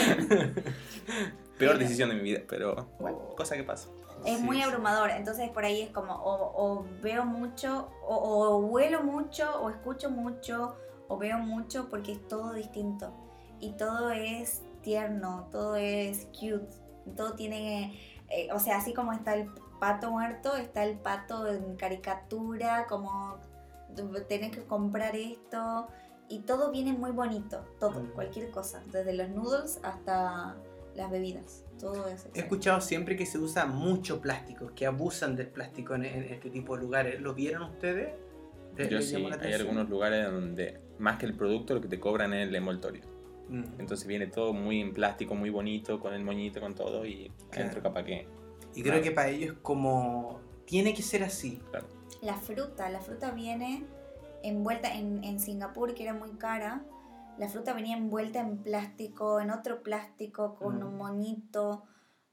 B: Peor decisión de mi vida, pero bueno, cosa que pasa.
C: es
A: Sí,
C: muy
A: sí.
C: abrumador. Entonces por ahí es como o, o veo mucho, o, o huelo mucho, o escucho mucho, o veo mucho porque es todo distinto. Y todo es tierno, todo es cute, todo tiene, eh, o sea, así como está el pato muerto, está el pato en caricatura, como tenés que comprar esto, y todo viene muy bonito, todo,
A: Mm.
C: cualquier cosa, desde los noodles hasta las bebidas, todo es
A: He
C: excelente.
A: escuchado siempre que se usa mucho plástico, que abusan del plástico en, en este tipo de lugares. ¿Lo vieron ustedes? ¿Les-
B: Yo
A: les
B: sí,
A: llamó la
B: hay
A: atención?
B: algunos lugares donde más que el producto lo que te cobran es el envoltorio.
A: Mm.
B: Entonces viene todo muy en plástico, muy bonito, con el moñito, con todo y
A: Claro.
B: adentro capaz que...
A: Y creo
B: Claro.
A: que para ellos es como... Tiene que ser así.
B: Claro.
C: La fruta, la fruta viene envuelta en, en Singapur, que era muy cara. La fruta venía envuelta en plástico, en otro plástico, con
A: Mm.
C: un moñito.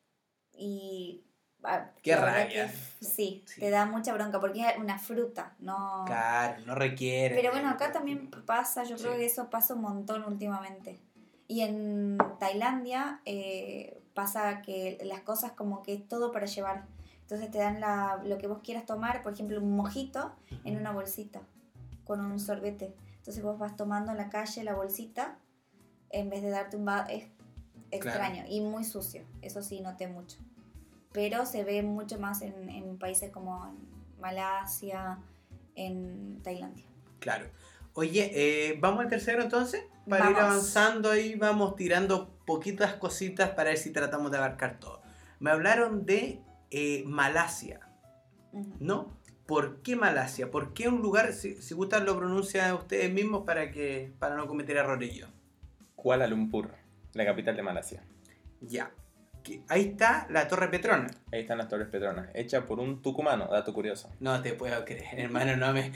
C: Y. ah,
A: Qué
C: la verdad
A: rabia.
C: que sí,
A: Sí.
C: te da mucha bronca porque es una fruta, no.
A: Claro, no requiere.
C: Pero bueno, acá también pasa, yo creo
A: Sí.
C: que eso pasa un montón últimamente. Y en Tailandia eh, pasa que las cosas como que es todo para llevar. Entonces te dan la, lo que vos quieras tomar, por ejemplo un mojito en una bolsita con un sorbete. Entonces vos vas tomando en la calle la bolsita en vez de darte un vaso. Es extraño y muy sucio, eso sí noté mucho. Pero se ve mucho más en, en países como en Malasia, en Tailandia.
A: Claro. Oye, eh, ¿vamos al tercero entonces? Para ir
C: Vamos.
A: avanzando ahí, vamos tirando poquitas cositas para ver si tratamos de abarcar todo. Me hablaron de eh, Malasia,
C: Ujú.
A: ¿no? ¿Por qué Malasia? ¿Por qué un lugar, si, si gustan lo pronuncian ustedes mismos para, que, para no cometer errores yo?
B: Kuala Lumpur, la capital de Malasia.
A: Ya. Que ahí está la Torre Petronas.
B: Ahí están las Torres Petronas, hecha por un tucumano, dato curioso.
A: No te puedo creer, hermano, no me...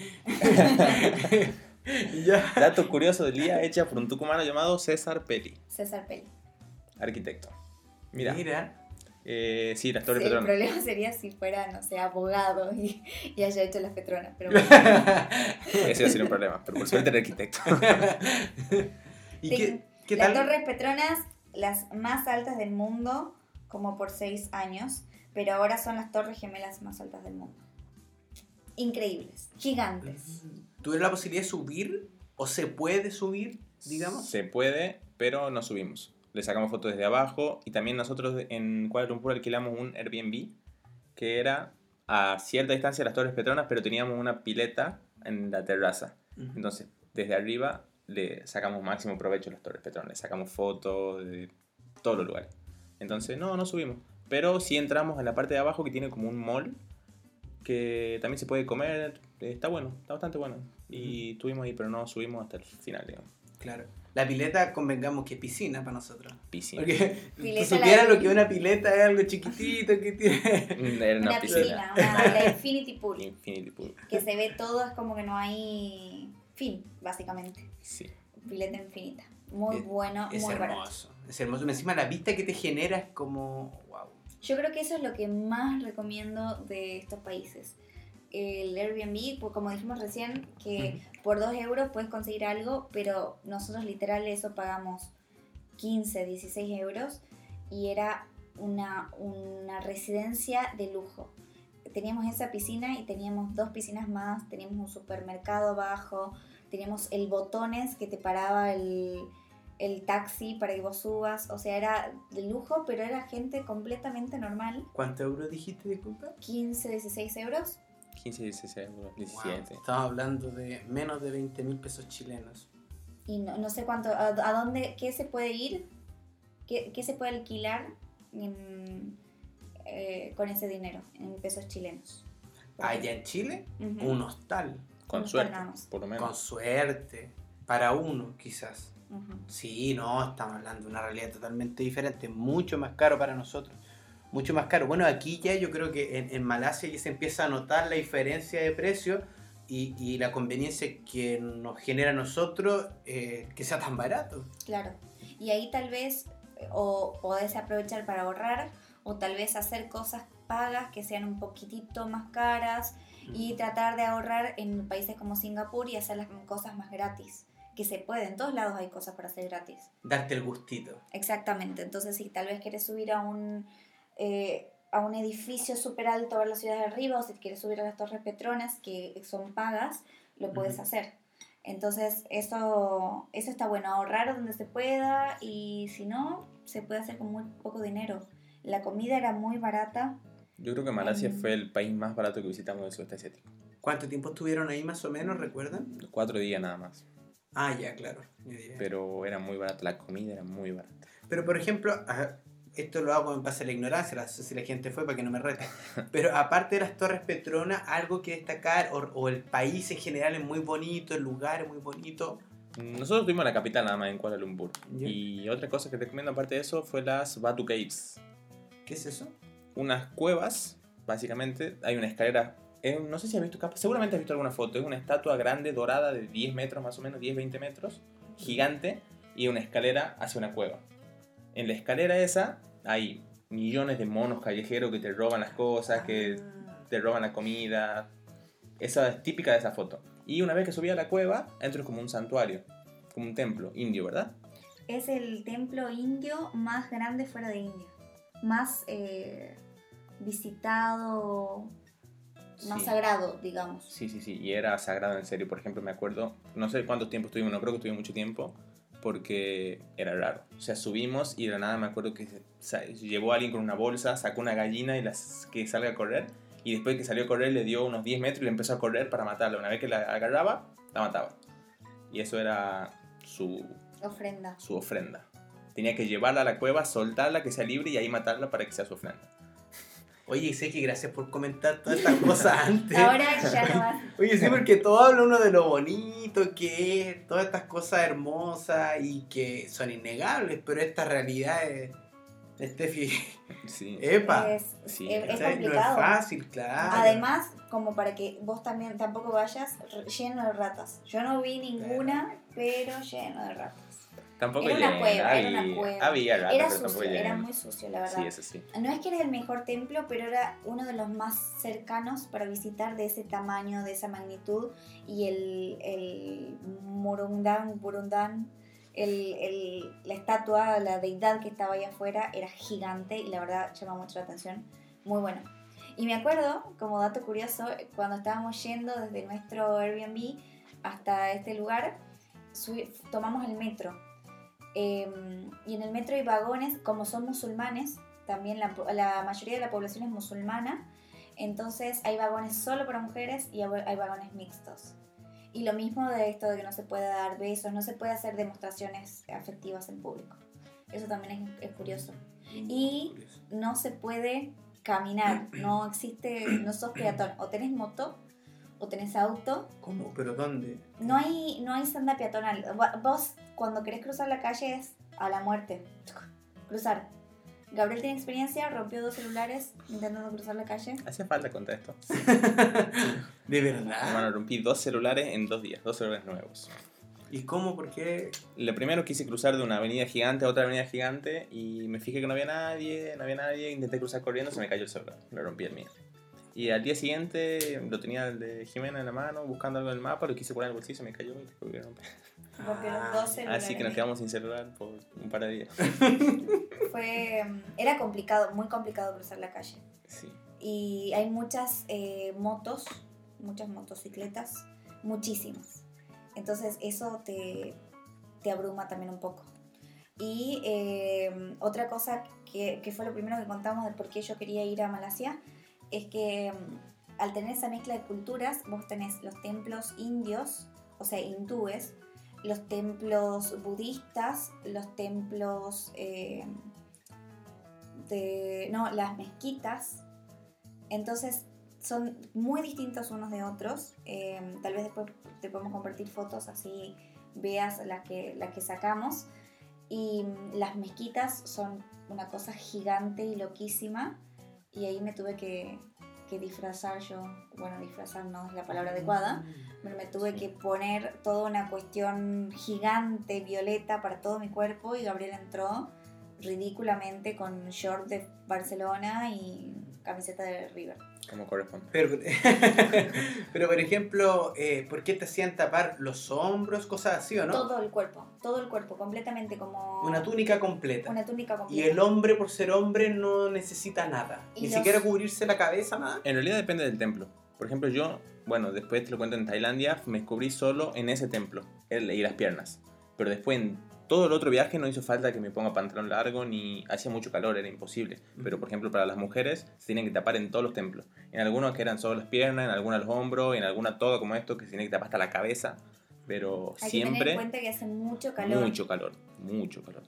A: ya.
B: Dato curioso del día, hecha por un tucumano llamado César Peli,
C: César Peli.
B: arquitecto. Mira,
A: Mira.
B: eh, sí, las Torres
C: Sí, el
B: Petronas.
C: problema sería si fuera, no sé, abogado y, y haya hecho las Petronas. Pero bueno.
B: Ese va a ser un problema, pero por suerte era arquitecto.
A: ¿Y
C: Ten-
A: qué, qué
C: las
A: tal?
C: Torres Petronas, las más altas del mundo, como por seis años, pero ahora son las torres gemelas más altas del mundo. Increíbles, gigantes.
A: ¿Tuvieron la posibilidad de subir? ¿O se puede subir, digamos?
B: Se puede, pero no subimos. Le sacamos fotos desde abajo y también nosotros en Kuala Lumpur alquilamos un Airbnb que era a cierta distancia de las Torres Petronas, pero teníamos una pileta en la terraza.
A: Ujú.
B: Entonces, desde arriba le sacamos máximo provecho a las Torres Petronas. Le sacamos fotos de todos los lugares. Entonces, no, no subimos. Pero sí entramos en la parte de abajo que tiene como un mall que también se puede comer. Está bueno, está bastante bueno. Y estuvimos ahí, pero no subimos hasta el final, digamos.
A: Claro. La pileta, convengamos que es piscina para nosotros.
B: Piscina.
A: Porque
C: Pileta
A: si supieras
C: la-
A: lo que es una pileta, es algo chiquitito que tiene.
B: Era una,
C: Una
B: piscina.
C: piscina, una, la Infinity Pool,
B: Infinity Pool.
C: que se ve todo, es como que no hay fin, básicamente.
B: Sí.
C: Pileta infinita. Muy
A: Es-
C: bueno,
A: Es
C: muy barato.
A: hermoso. Es hermoso. Encima la vista que te genera es como. Wow.
C: Yo creo que eso es lo que más recomiendo de estos países. El Airbnb, pues como dijimos recién, que por dos euros puedes conseguir algo, pero nosotros literal eso pagamos quince, dieciséis euros y era una, una residencia de lujo. Teníamos esa piscina y teníamos dos piscinas más, teníamos un supermercado abajo, teníamos el botones que te paraba el, el taxi para que vos subas, o sea, era de lujo, pero era gente completamente normal.
A: ¿Cuántos euros dijiste, disculpa?
C: quince, dieciséis euros.
B: quince, dieciséis,
A: Wow.
B: diecisiete.
A: Estamos hablando de menos de veinte mil pesos chilenos.
C: Y no, no sé cuánto, a, a dónde, qué se puede ir, qué, qué se puede alquilar en, eh, con ese dinero, en pesos chilenos. Por
A: Allá
C: ejemplo.
A: en Chile,
C: Ujú.
A: un hostal.
B: Con
C: Con
B: suerte,
C: Fernandos.
B: por lo
A: Con
B: menos.
A: suerte. Para uno, quizás.
C: Ujú.
A: Sí, no, estamos hablando de una realidad totalmente diferente. Mucho más caro para nosotros. Mucho más caro. Bueno, aquí ya yo creo que en, en Malasia ya se empieza a notar la diferencia de precio y, y la conveniencia que nos genera a nosotros eh, que sea tan barato.
C: Claro. Y ahí tal vez eh, o podés aprovechar para ahorrar o tal vez hacer cosas pagas que sean un poquitito más caras y tratar de ahorrar en países como Singapur y hacer las cosas más gratis. Que se puede, en todos lados hay cosas para hacer gratis.
A: Darte el gustito.
C: Exactamente. Entonces, si tal vez quieres subir a un, eh, a un edificio súper alto a ver la ciudad de arriba o si quieres subir a las Torres Petronas que son pagas, lo puedes
A: Ujú.
C: hacer. Entonces, eso, eso está bueno, ahorrar donde se pueda y si no, se puede hacer con muy poco dinero. La comida era muy barata.
B: Yo creo que Malasia
C: Mm.
B: fue el país más barato que visitamos del sudeste asiático.
A: ¿Cuánto tiempo estuvieron ahí más o menos, recuerdan?
B: Cuatro días nada más.
A: Ah, ya, claro. Ya, ya.
B: Pero era muy barato, la comida era muy barata.
A: Pero por ejemplo, ajá, esto lo hago en base a la ignorancia, no sé si la gente fue para que no me rete. Pero aparte de las Torres Petronas, algo que destacar, o, o el país en general es muy bonito, el lugar es muy bonito.
B: Nosotros tuvimos la capital nada más en Kuala Lumpur.
A: Ya.
B: Y otra cosa que te recomiendo aparte de eso fue las Batu Caves.
A: ¿Qué es eso?
B: Unas cuevas, básicamente. Hay una escalera. eh, no sé si has visto, cap- seguramente has visto alguna foto. Es una estatua grande, dorada, de diez metros más o menos, diez, veinte metros, gigante, y una escalera hacia una cueva. En la escalera esa hay millones de monos callejeros que te roban las cosas, que
A: Ah.
B: te roban la comida. Esa es típica de esa foto. Y una vez que subí a la cueva, entro como un santuario, como un templo indio, ¿verdad?
C: Es el templo indio más grande fuera de India. Más eh, visitado, más
B: Sí.
C: sagrado, digamos.
B: Sí, sí, sí, y era sagrado en serio. Por ejemplo, me acuerdo, no sé cuánto tiempo estuvimos, no creo que estuvimos mucho tiempo, porque era raro. O sea, subimos y de la nada me acuerdo que se- sa- llevó a alguien con una bolsa, sacó una gallina y las, que salga a correr, y después que salió a correr le dio unos diez metros y le empezó a correr para matarla. Una vez que la agarraba, la mataba. Y eso era su,
C: Ofrenda.
B: su ofrenda. Tenía que llevarla a la cueva, soltarla, que sea libre y ahí matarla para que sea su ofrenda.
A: Oye, sé que gracias por comentar todas estas cosas antes.
C: Ahora ya no va.
A: Oye, sí, porque todo habla uno de lo bonito que es, todas estas cosas hermosas y que son innegables, pero esta realidad es... Estefi,
B: Sí.
A: epa,
C: Es,
B: Sí,
C: es- es
A: ¿cachai? No es
C: complicado.
A: fácil, claro.
C: Además, como para que vos también tampoco vayas r- lleno de ratas. Yo no vi ninguna, pero lleno de ratas.
B: Tampoco
C: Era una
B: llena,
C: cueva, era una
B: había-
C: cueva.
B: Había ratas,
C: Era
B: pero tampoco
C: sucio, era
B: llena.
C: muy sucio, la verdad.
B: Sí, eso sí.
C: No es que era el mejor templo, pero era uno de los más cercanos para visitar de ese tamaño, de esa magnitud. Y el, el Murundan, Burundan, el, el- la estatua, la deidad que estaba ahí afuera era gigante y la verdad llama mucho la atención. Muy bueno. Y me acuerdo, como dato curioso, cuando estábamos yendo desde nuestro Airbnb hasta este lugar, subi- tomamos el metro. Eh, y en el metro hay vagones, como son musulmanes, también la, la mayoría de la población es musulmana, entonces hay vagones solo para mujeres y hay hay vagones mixtos. Y lo mismo de esto de que no se puede dar besos, no se puede hacer demostraciones afectivas en público. Eso también es, es curioso. Y no se puede caminar, no existe, no sos peatón, o tenés moto o tenés auto.
A: ¿Cómo? ¿Pero dónde?
C: No hay, no hay senda peatonal. Va- Vos cuando querés cruzar la calle es a la muerte. Cruzar. Gabriel tiene experiencia, rompió dos celulares intentando cruzar la calle.
B: Hacía falta contar esto.
A: ¿De verdad?
B: Bueno, rompí dos celulares en dos días, dos celulares nuevos.
A: ¿Y cómo? ¿Por qué?
B: Lo primero quise cruzar de una avenida gigante a otra avenida gigante y me fijé que no había nadie, no había nadie, intenté cruzar corriendo, se me cayó el celular, lo rompí el mío. Y al día siguiente lo tenía el de Jimena en la mano, buscando algo en el mapa, lo quise poner en el bolsillo, se me cayó y tuve que romper.
C: Rompió los dos celulares.
B: Así que nos quedamos sin celular por un par de días.
C: Fue, era complicado, muy complicado cruzar la calle.
B: Sí.
C: Y hay muchas eh, motos, muchas motocicletas, muchísimas. Entonces eso te, te abruma también un poco. Y eh, otra cosa que, que fue lo primero que contamos de por qué yo quería ir a Malasia, es que al tener esa mezcla de culturas, vos tenés los templos indios, o sea, hindúes, los templos budistas, los templos eh, de... no, las mezquitas. Entonces son muy distintos unos de otros. Eh, tal vez después te podemos compartir fotos, así veas las que, las que sacamos. Y las mezquitas son una cosa gigante y loquísima. Y ahí me tuve que, que disfrazar yo. Bueno, disfrazar no es la palabra adecuada. Pero me tuve que poner toda una cuestión gigante, violeta, para todo mi cuerpo. Y Gabriel entró ridículamente con short de Barcelona y camiseta de River.
B: Como corresponde.
A: Pero, pero por ejemplo, eh, ¿por qué te hacían tapar los hombros? Cosas así, ¿o no?
C: Todo el cuerpo, todo el cuerpo, completamente como...
A: Una túnica completa.
C: Una túnica completa.
A: Y el hombre, por ser hombre, no necesita nada.
C: Y
A: Ni
C: los-
A: siquiera cubrirse la cabeza, nada.
B: En realidad depende del templo. Por ejemplo, yo, bueno, después te lo cuento en Tailandia, me descubrí solo en ese templo, el, y las piernas. Pero después en todo el otro viaje no hizo falta que me ponga pantalón largo, ni hacía mucho calor, era imposible. Pero por ejemplo, para las mujeres se tienen que tapar en todos los templos. En algunos que eran solo las piernas, en algunos los hombros, en alguna todo como esto que se tiene que tapar hasta la cabeza. Pero
C: Hay que tener en
B: siempre
C: cuenta que hace mucho calor.
B: mucho calor, mucho calor.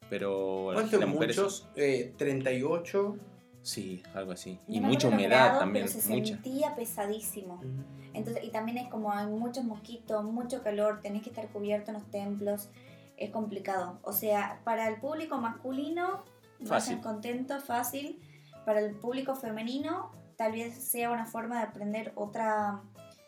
B: Pero
A: ¿Cuánto
B: las mujeres...
A: muchos? Eh, treinta y ocho.
B: Sí, algo así.
C: No
B: Y
C: me
B: mucha
C: acuerdo los
B: humedad
C: grados,
B: también,
C: pero se
B: mucha.
C: sentía pesadísimo. Entonces, y también es como hay muchos mosquitos, mucho calor, tenés que estar cubierto en los templos, es complicado. O sea, para el público masculino,
B: Fácil.
C: vayan contentos, fácil. Para el público femenino, tal vez sea una forma de aprender otra,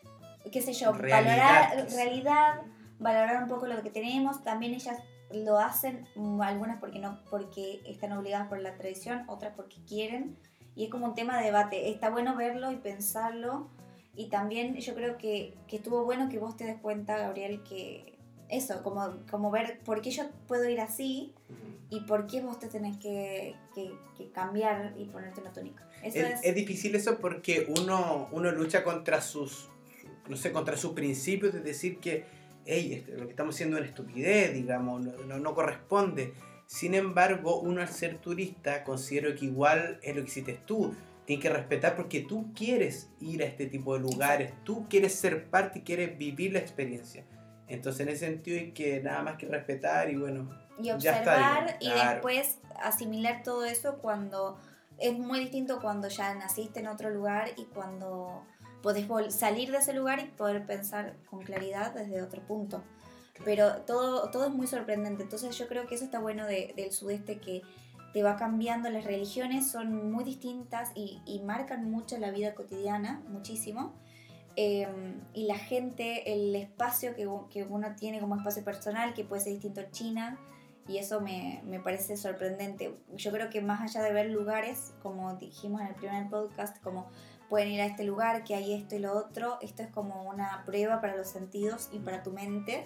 C: qué sé yo,
A: Realidad,
C: valorar
A: quizá.
C: realidad, valorar un poco lo que tenemos. También ellas lo hacen, mm, algunas porque no, porque están obligadas por la tradición, otras porque quieren. Y es como un tema de debate. Está bueno verlo y pensarlo. Y también yo creo que, que estuvo bueno que vos te des cuenta, Gabriel, que eso, como, como ver por qué yo puedo ir así y por qué vos te tenés que, que, que cambiar y ponerte una túnica. Eso
A: Es,
C: es,
A: es difícil eso porque uno, uno lucha contra sus, no sé, contra sus principios de decir que, hey, este, lo que estamos haciendo es una estupidez, digamos, no, no, no corresponde. Sin embargo, uno al ser turista, considero que igual es lo que hiciste tú. Tienes que respetar porque tú quieres ir a este tipo de lugares, tú quieres ser parte y quieres vivir la experiencia. Entonces, en ese sentido hay que nada más que respetar y bueno,
C: y
A: ya está,
C: observar
A: digamos,
C: y
A: claro.
C: después asimilar todo eso cuando es muy distinto cuando ya naciste en otro lugar y cuando podés vol- salir de ese lugar y poder pensar con claridad desde otro punto. Pero todo, todo es muy sorprendente. Entonces yo creo que eso está bueno de, del sudeste, que te va cambiando. Las religiones son muy distintas y, y marcan mucho la vida cotidiana, muchísimo. Eh, y la gente, el espacio que, que uno tiene como espacio personal, que puede ser distinto en China, y eso me, me parece sorprendente. Yo creo que más allá de ver lugares, como dijimos en el primer podcast, como pueden ir a este lugar, que hay esto y lo otro, esto es como una prueba para los sentidos y para tu mente,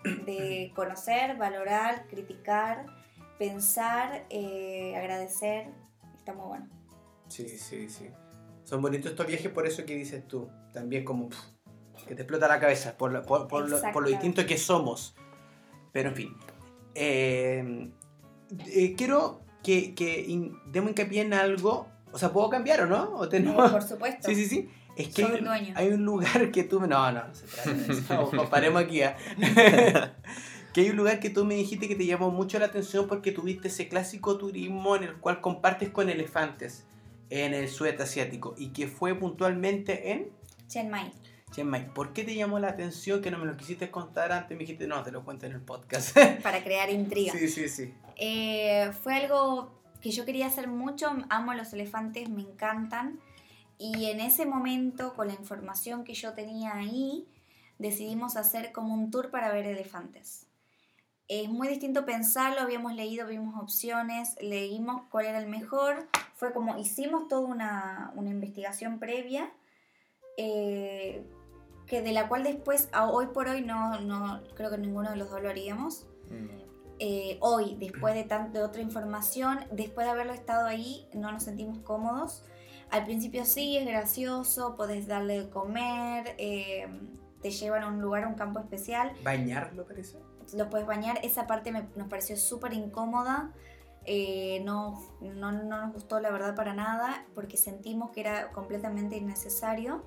C: de conocer, valorar, criticar, pensar, eh, agradecer. Está muy bueno.
A: Sí, sí, sí. Son bonitos estos viajes por eso que dices tú. También como pff, que te explota la cabeza por, lo- por, por, lo, por lo distinto que somos. Pero en fin. Eh, eh, quiero que, que in- demos hincapié en algo. O sea, ¿puedo cambiar o no? ¿O te- no?
C: Por supuesto.
A: Sí, sí, sí. Es que
C: Soy
A: hay,
C: el dueño.
A: hay un lugar que tú me... No, no, no se trata de eso. Vamos, paremos aquí. ¿eh? Que hay un lugar que tú me dijiste que te llamó mucho la atención porque tuviste ese clásico turismo en el cual compartes con elefantes en el sudeste asiático y que fue puntualmente en
C: Chiang Mai.
A: Chiang Mai, ¿por qué te llamó la atención que no me lo quisiste contar antes? Me dijiste, no, te lo cuento en el podcast.
C: Para crear intriga.
A: Sí, sí, sí.
C: Eh, fue algo que yo quería hacer mucho, amo los elefantes, me encantan. Y en ese momento, con la información que yo tenía ahí, decidimos hacer como un tour para ver elefantes. Es muy distinto pensarlo, habíamos leído, vimos opciones, leímos cuál era el mejor. Fue como, hicimos toda una, una investigación previa, eh, que de la cual después, a hoy por hoy, no, no creo que ninguno de los dos lo haríamos. Mm. Eh, hoy, después de, tan, de otra información, después de haberlo estado ahí, no nos sentimos cómodos. Al principio sí, es gracioso, podés darle de comer, eh, te llevan a un lugar, a un campo especial.
A: ¿Bañarlo parece?
C: Lo puedes bañar, esa parte me, nos pareció súper incómoda, eh, no, no, no nos gustó la verdad para nada, porque sentimos que era completamente innecesario.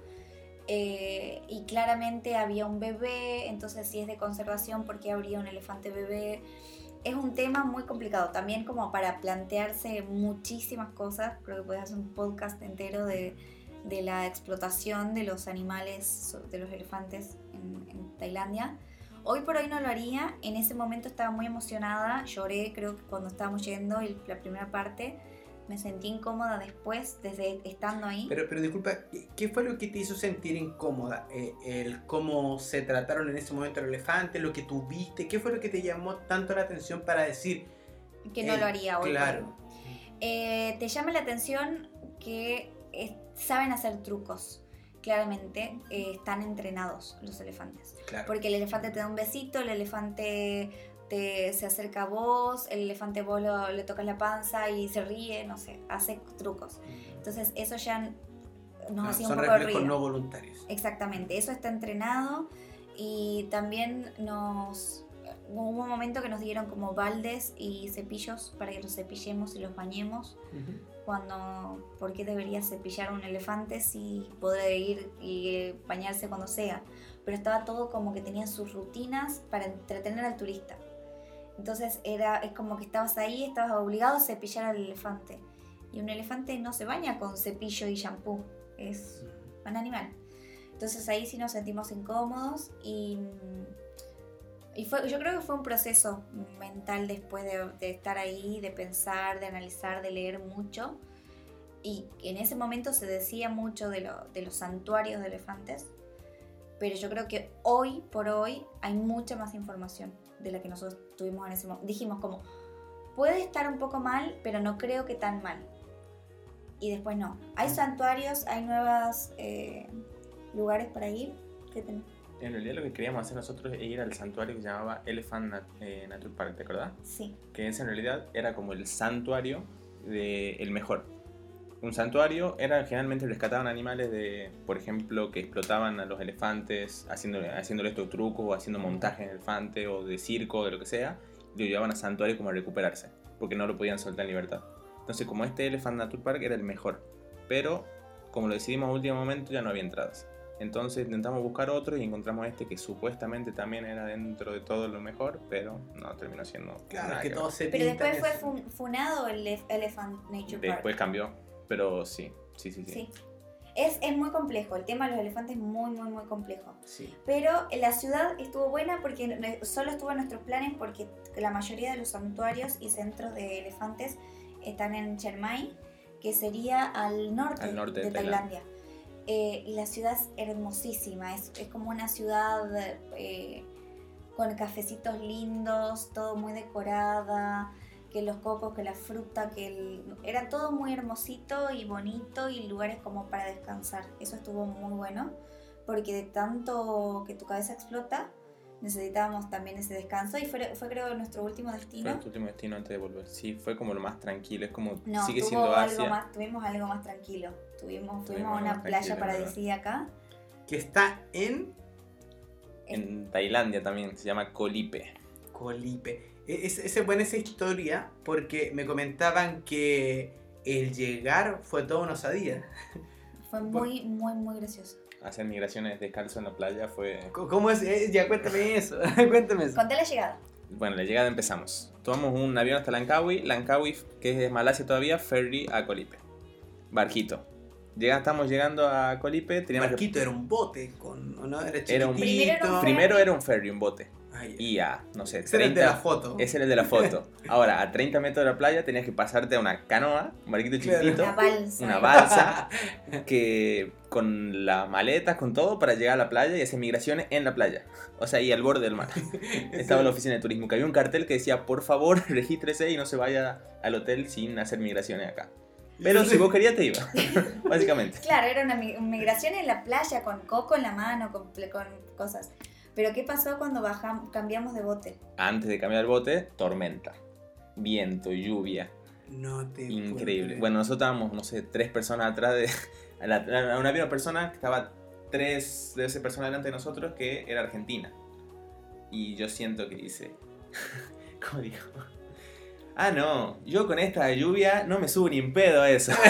C: Eh, y claramente había un bebé, entonces si es de conservación, ¿por qué habría un elefante bebé? Es un tema muy complicado, también como para plantearse muchísimas cosas. Creo que puedes hacer un podcast entero de, de la explotación de los animales, de los elefantes en, en Tailandia. Hoy por hoy no lo haría, en ese momento estaba muy emocionada, lloré creo que cuando estábamos yendo y la primera parte, me sentí incómoda después, desde estando ahí.
A: Pero, pero disculpa, ¿qué fue lo que te hizo sentir incómoda? Eh, el cómo se trataron en ese momento los elefantes, lo que tú viste, ¿qué fue lo que te llamó tanto la atención para decir
C: que no eh, lo haría hoy?
A: Claro.
C: Eh, te llama la atención que eh, saben hacer trucos. Claramente eh, están entrenados los elefantes. Claro. Porque el elefante te da un besito, el elefante te, se acerca a vos, el elefante vos lo, le tocas la panza y se ríe, no sé, hace trucos. Entonces eso ya nos no, hacía un poco de ruido.
A: Son reflejos no voluntarios.
C: Exactamente, eso está entrenado y también nos... Hubo un momento que nos dieron como baldes y cepillos para que los cepillemos y los bañemos. Uh-huh. Cuando, ¿por qué debería cepillar un elefante si podrá ir y bañarse cuando sea? Pero estaba todo como que tenía sus rutinas para entretener al turista. Entonces era, es como que estabas ahí, estabas obligado a cepillar al elefante. Y un elefante no se baña con cepillo y shampoo, es un animal. Entonces ahí sí nos sentimos incómodos y... Y fue, yo creo que fue un proceso mental después de, de estar ahí, de pensar, de analizar, de leer mucho. Y en ese momento se decía mucho de, lo, de los santuarios de elefantes, pero yo creo que hoy por hoy hay mucha más información de la que nosotros tuvimos en ese momento. Dijimos como, puede estar un poco mal, pero no creo que tan mal. Y después no. Hay santuarios, hay nuevos eh, lugares para ir. ¿Qué tenés?
B: En realidad lo que queríamos hacer nosotros era ir al santuario que se llamaba Elephant Nat- eh, Nature Park, ¿te acordás?
C: Sí.
B: Que ese en realidad era como el santuario de el mejor. Un santuario era generalmente rescataban animales de, por ejemplo, que explotaban a los elefantes haciéndole, haciéndole estos trucos o haciendo montaje en elefante o de circo, de lo que sea, y lo llevaban a santuario como a recuperarse, porque no lo podían soltar en libertad. Entonces como este Elephant Nature Park era el mejor, pero como lo decidimos a último momento ya no había entradas. Entonces intentamos buscar otro y encontramos este que supuestamente también era dentro de todo lo mejor, pero no, terminó siendo
A: claro,
B: nada
A: que
B: que
A: todo se
C: Pero después fue fun- funado el Elephant Nature Park.
B: Después cambió, pero sí, sí, sí, sí.
C: sí. Es, es muy complejo, el tema de los elefantes es muy, muy, muy complejo.
A: Sí.
C: Pero la ciudad estuvo buena porque solo estuvo en nuestros planes porque la mayoría de los santuarios y centros de elefantes están en Chiang Mai, que sería al norte,
B: al norte de,
C: de Tailandia. Tailandia. Eh, y la ciudad es hermosísima, es, es como una ciudad eh, con cafecitos lindos, todo muy decorada, que los cocos, que la fruta, que el, era todo muy hermosito y bonito y lugares como para descansar. Eso estuvo muy bueno, porque de tanto que tu cabeza explota, necesitábamos también ese descanso y fue, fue creo nuestro último destino.
B: Fue nuestro último destino antes de volver. Sí, fue como lo más tranquilo, es como
C: no,
B: sigue
C: tuvo
B: siendo
C: algo
B: Asia.
C: Más, tuvimos algo más tranquilo. Tuvimos,
B: Tuvimos
C: fuimos a una playa paradisíaca.
A: Que está en...
B: En Tailandia también, se llama Koh Lipe.
A: Koh Lipe. Es, es buena esa historia porque me comentaban que el llegar fue toda una osadía.
C: Fue muy, muy, muy gracioso.
B: Hacer migraciones descalzo en la playa fue...
A: ¿Cómo es? Eh, ya cuéntame eso, cuéntame eso.
C: Conté la llegada.
B: Bueno, la llegada empezamos. Tomamos un avión hasta Langkawi, Langkawi, que es de Malasia todavía, ferry a Koh Lipe. Barquito. Llega, estamos llegando a Colipe. Teníamos
A: Barquito
B: que...
A: era un bote, con, ¿no? Era
B: Era un-
A: chiquitito.
C: Primero era un
B: Primero era un ferry, un bote.
A: Ay,
B: Y a, no sé,
A: ese era el de la foto.
B: Ese era el de la foto. Ahora, a treinta metros de la playa tenías que pasarte a una canoa, un barquito
A: Claro.
B: chiquitito,
C: Una balsa.
B: una balsa, que con las maletas, con todo, para llegar a la playa y hacer migraciones en la playa. O sea, y al borde del mar. Estaba la oficina de turismo, que había un cartel que decía, por favor, regístrese y no se vaya al hotel sin hacer migraciones acá. Pero si vos querías te iba, básicamente.
C: Claro, era una mi- migración en la playa con coco en la mano, con, ple- con cosas. Pero ¿qué pasó cuando bajamos, cambiamos de bote?
B: Antes de cambiar el bote, tormenta, viento, lluvia.
A: No te puedo
B: Increíble.
A: creer.
B: Bueno, nosotros estábamos, no sé, tres personas atrás de... a la- a una misma persona que estaba tres de esas personas delante de nosotros que era argentina. Y yo siento que dice... ¿Cómo dijo? Ah, no, yo con esta lluvia no me subo ni en pedo a eso.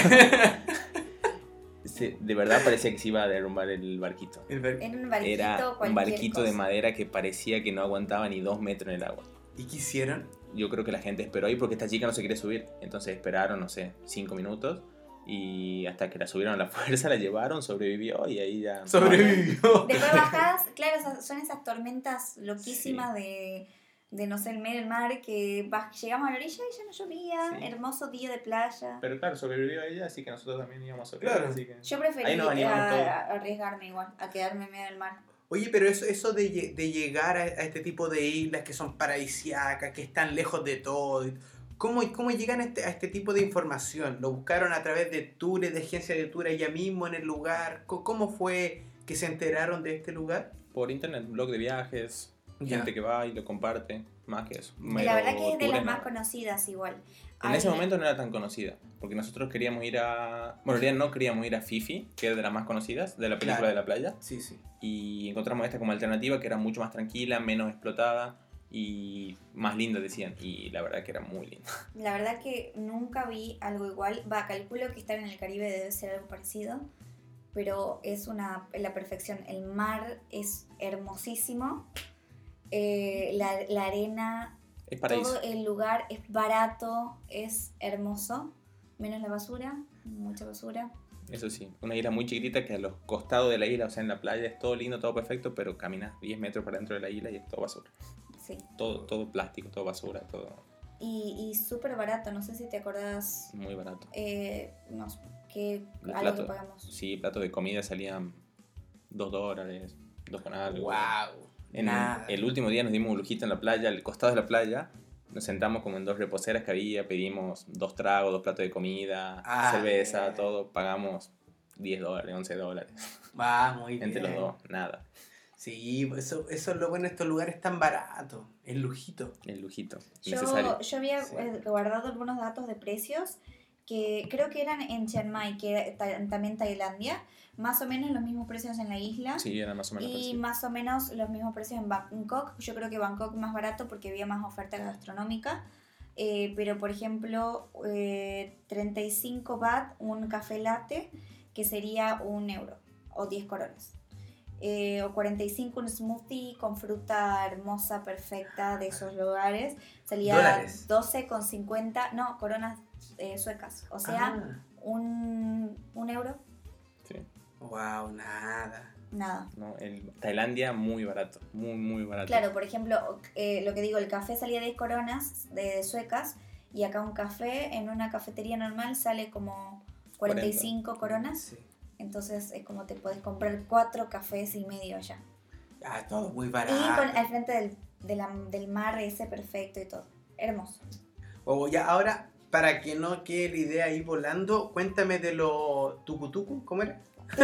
B: Sí, de verdad parecía que se iba a derrumbar el barquito.
A: El ver-
C: Era un barquito,
B: Era un
C: cualquier
B: barquito de
C: cosa.
B: madera que parecía que no aguantaba ni dos metros en el agua.
A: ¿Y qué hicieron?
B: Yo creo que la gente esperó ahí porque esta chica no se quería subir. Entonces esperaron, no sé, cinco minutos. Y hasta que la subieron a la fuerza, la llevaron, sobrevivió y ahí ya...
A: Sobrevivió.
C: Después bajadas, claro, esas- son esas tormentas loquísimas de, de, no sé, el medio del mar, que baj- llegamos a la orilla y ya no llovía,
B: Sí.
C: hermoso día de playa.
B: Pero claro, sobrevivió ella, así que nosotros también íbamos a sobrevivir.
A: Claro.
B: Así que...
C: Yo
B: Ahí
C: preferí
B: nos animamos
C: a-
B: todos.
C: a arriesgarme igual, a quedarme en medio del mar.
A: Oye, pero eso, eso de, lle- de llegar a, a este tipo de islas que son paradisíacas, que están lejos de todo, ¿cómo, cómo llegan a este, a este tipo de información? ¿Lo buscaron a través de tours, de agencias de tours allá mismo en el lugar? Co- ¿Cómo fue que se enteraron de este lugar?
B: Por internet, blog de viajes,
A: Ya.
B: gente que va y lo comparte, más que eso.
C: Y la verdad que es de
B: Pero
C: las
B: tours
C: más
B: no.
C: conocidas igual.
B: En
C: Hay-
B: ese momento no era tan conocida, porque nosotros queríamos ir a... Bueno, en realidad no queríamos ir a Fifi, que es de las más conocidas, de la película
A: Claro.
B: de la playa.
A: Sí, sí.
B: Y encontramos esta como alternativa que era mucho más tranquila, menos explotada y más linda, decían. Y la verdad que era muy linda.
C: La verdad que nunca vi algo igual. Va, calculo que estar en el Caribe debe ser algo parecido, pero es una la perfección. El mar es hermosísimo, eh, la, la arena,
B: Es paraíso.
C: todo el lugar es barato, es hermoso, menos la basura, mucha basura.
B: Eso sí, una isla muy chiquitita que a los costados de la isla, o sea, en la playa es todo lindo, todo perfecto, pero caminas diez metros para dentro de la isla y es todo basura.
C: Sí.
B: Todo, todo plástico, todo basura, todo
C: Y, y súper barato, no sé si te acordás,
B: muy barato.
C: eh, no, sé, que
B: Los
C: algo que
B: platos,
C: pagamos.
B: sí, platos de comida salían dos dólares, dos con algo.
A: ¡Wow!
B: En
A: Nada.
B: el último día nos dimos un lujito en la playa, al costado de la playa. Nos sentamos como en dos reposeras que había, pedimos dos tragos, dos platos de comida,
A: Ah,
B: cerveza,
A: bien.
B: todo. Pagamos diez dólares, once dólares.
A: Vamos, muy
B: Entre
A: bien.
B: los dos, nada.
A: Sí, eso, eso es lo bueno de estos lugares tan baratos. El lujito.
B: El lujito, necesario.
C: Yo, yo había
A: Sí.
C: eh, guardado algunos datos de precios que creo que eran en Chiang Mai, que era ta- también Tailandia, más o menos los mismos precios en la isla.
B: Sí, era más o menos
C: Y
B: parecido.
C: más o menos los mismos precios en Bangkok. Yo creo que Bangkok más barato porque había más oferta gastronómica. Eh, pero por ejemplo, eh, treinta y cinco baht un café latte, que sería un euro o diez coronas. Eh, o cuarenta y cinco un smoothie con fruta hermosa, perfecta de esos lugares. Salía
A: ¿Dólares?
C: doce con cincuenta, no, coronas eh, suecas. O sea,
A: Ah,
C: un, un euro,
B: Sí.
A: wow, nada.
C: nada.
B: No, el, Tailandia muy barato, muy, muy barato.
C: Claro, por ejemplo, eh, lo que digo, el café salía diez coronas de, de suecas y acá un café en una cafetería normal sale como cuarenta y cinco coronas.
A: Sí.
C: Entonces es como te puedes comprar cuatro cafés y medio allá.
A: Ah, todo muy
C: Y
A: barato.
C: con, al frente del, de la- del mar ese perfecto y todo. Hermoso.
A: O ya, ahora, para que no quede la idea ahí volando, cuéntame de los tucutucu, ¿cómo era?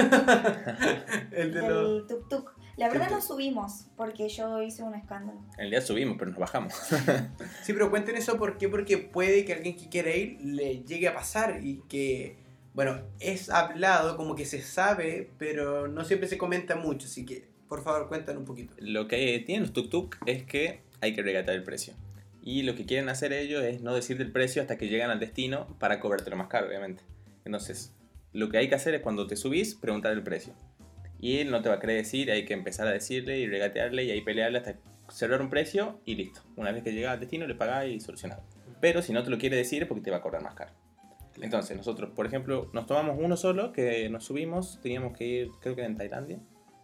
A: El de los...
C: El tuk tuk. La verdad
A: Tuk
C: no subimos porque yo hice un escándalo.
B: El día subimos, pero nos bajamos.
A: Sí, pero cuenten eso, ¿por qué? Porque puede que alguien que quiera ir le llegue a pasar y que, bueno, es hablado, como que se sabe, pero no siempre se comenta mucho, así que, por favor, cuéntanos un poquito.
B: Lo que tienen los tuk-tuk es que hay que regatear el precio. Y lo que quieren hacer ellos es no decirte el precio hasta que llegan al destino para cobrártelo más caro, obviamente. Entonces, lo que hay que hacer es cuando te subís, preguntar el precio. Y él no te va a querer decir, hay que empezar a decirle y regatearle y ahí pelearle hasta cerrar un precio y listo. Una vez que llega al destino le pagás y solucionado. Pero si no te lo quiere decir es porque te va a cobrar más caro. Entonces, nosotros, por ejemplo, nos tomamos uno solo, que nos subimos, teníamos que ir, creo que era en Tailandia,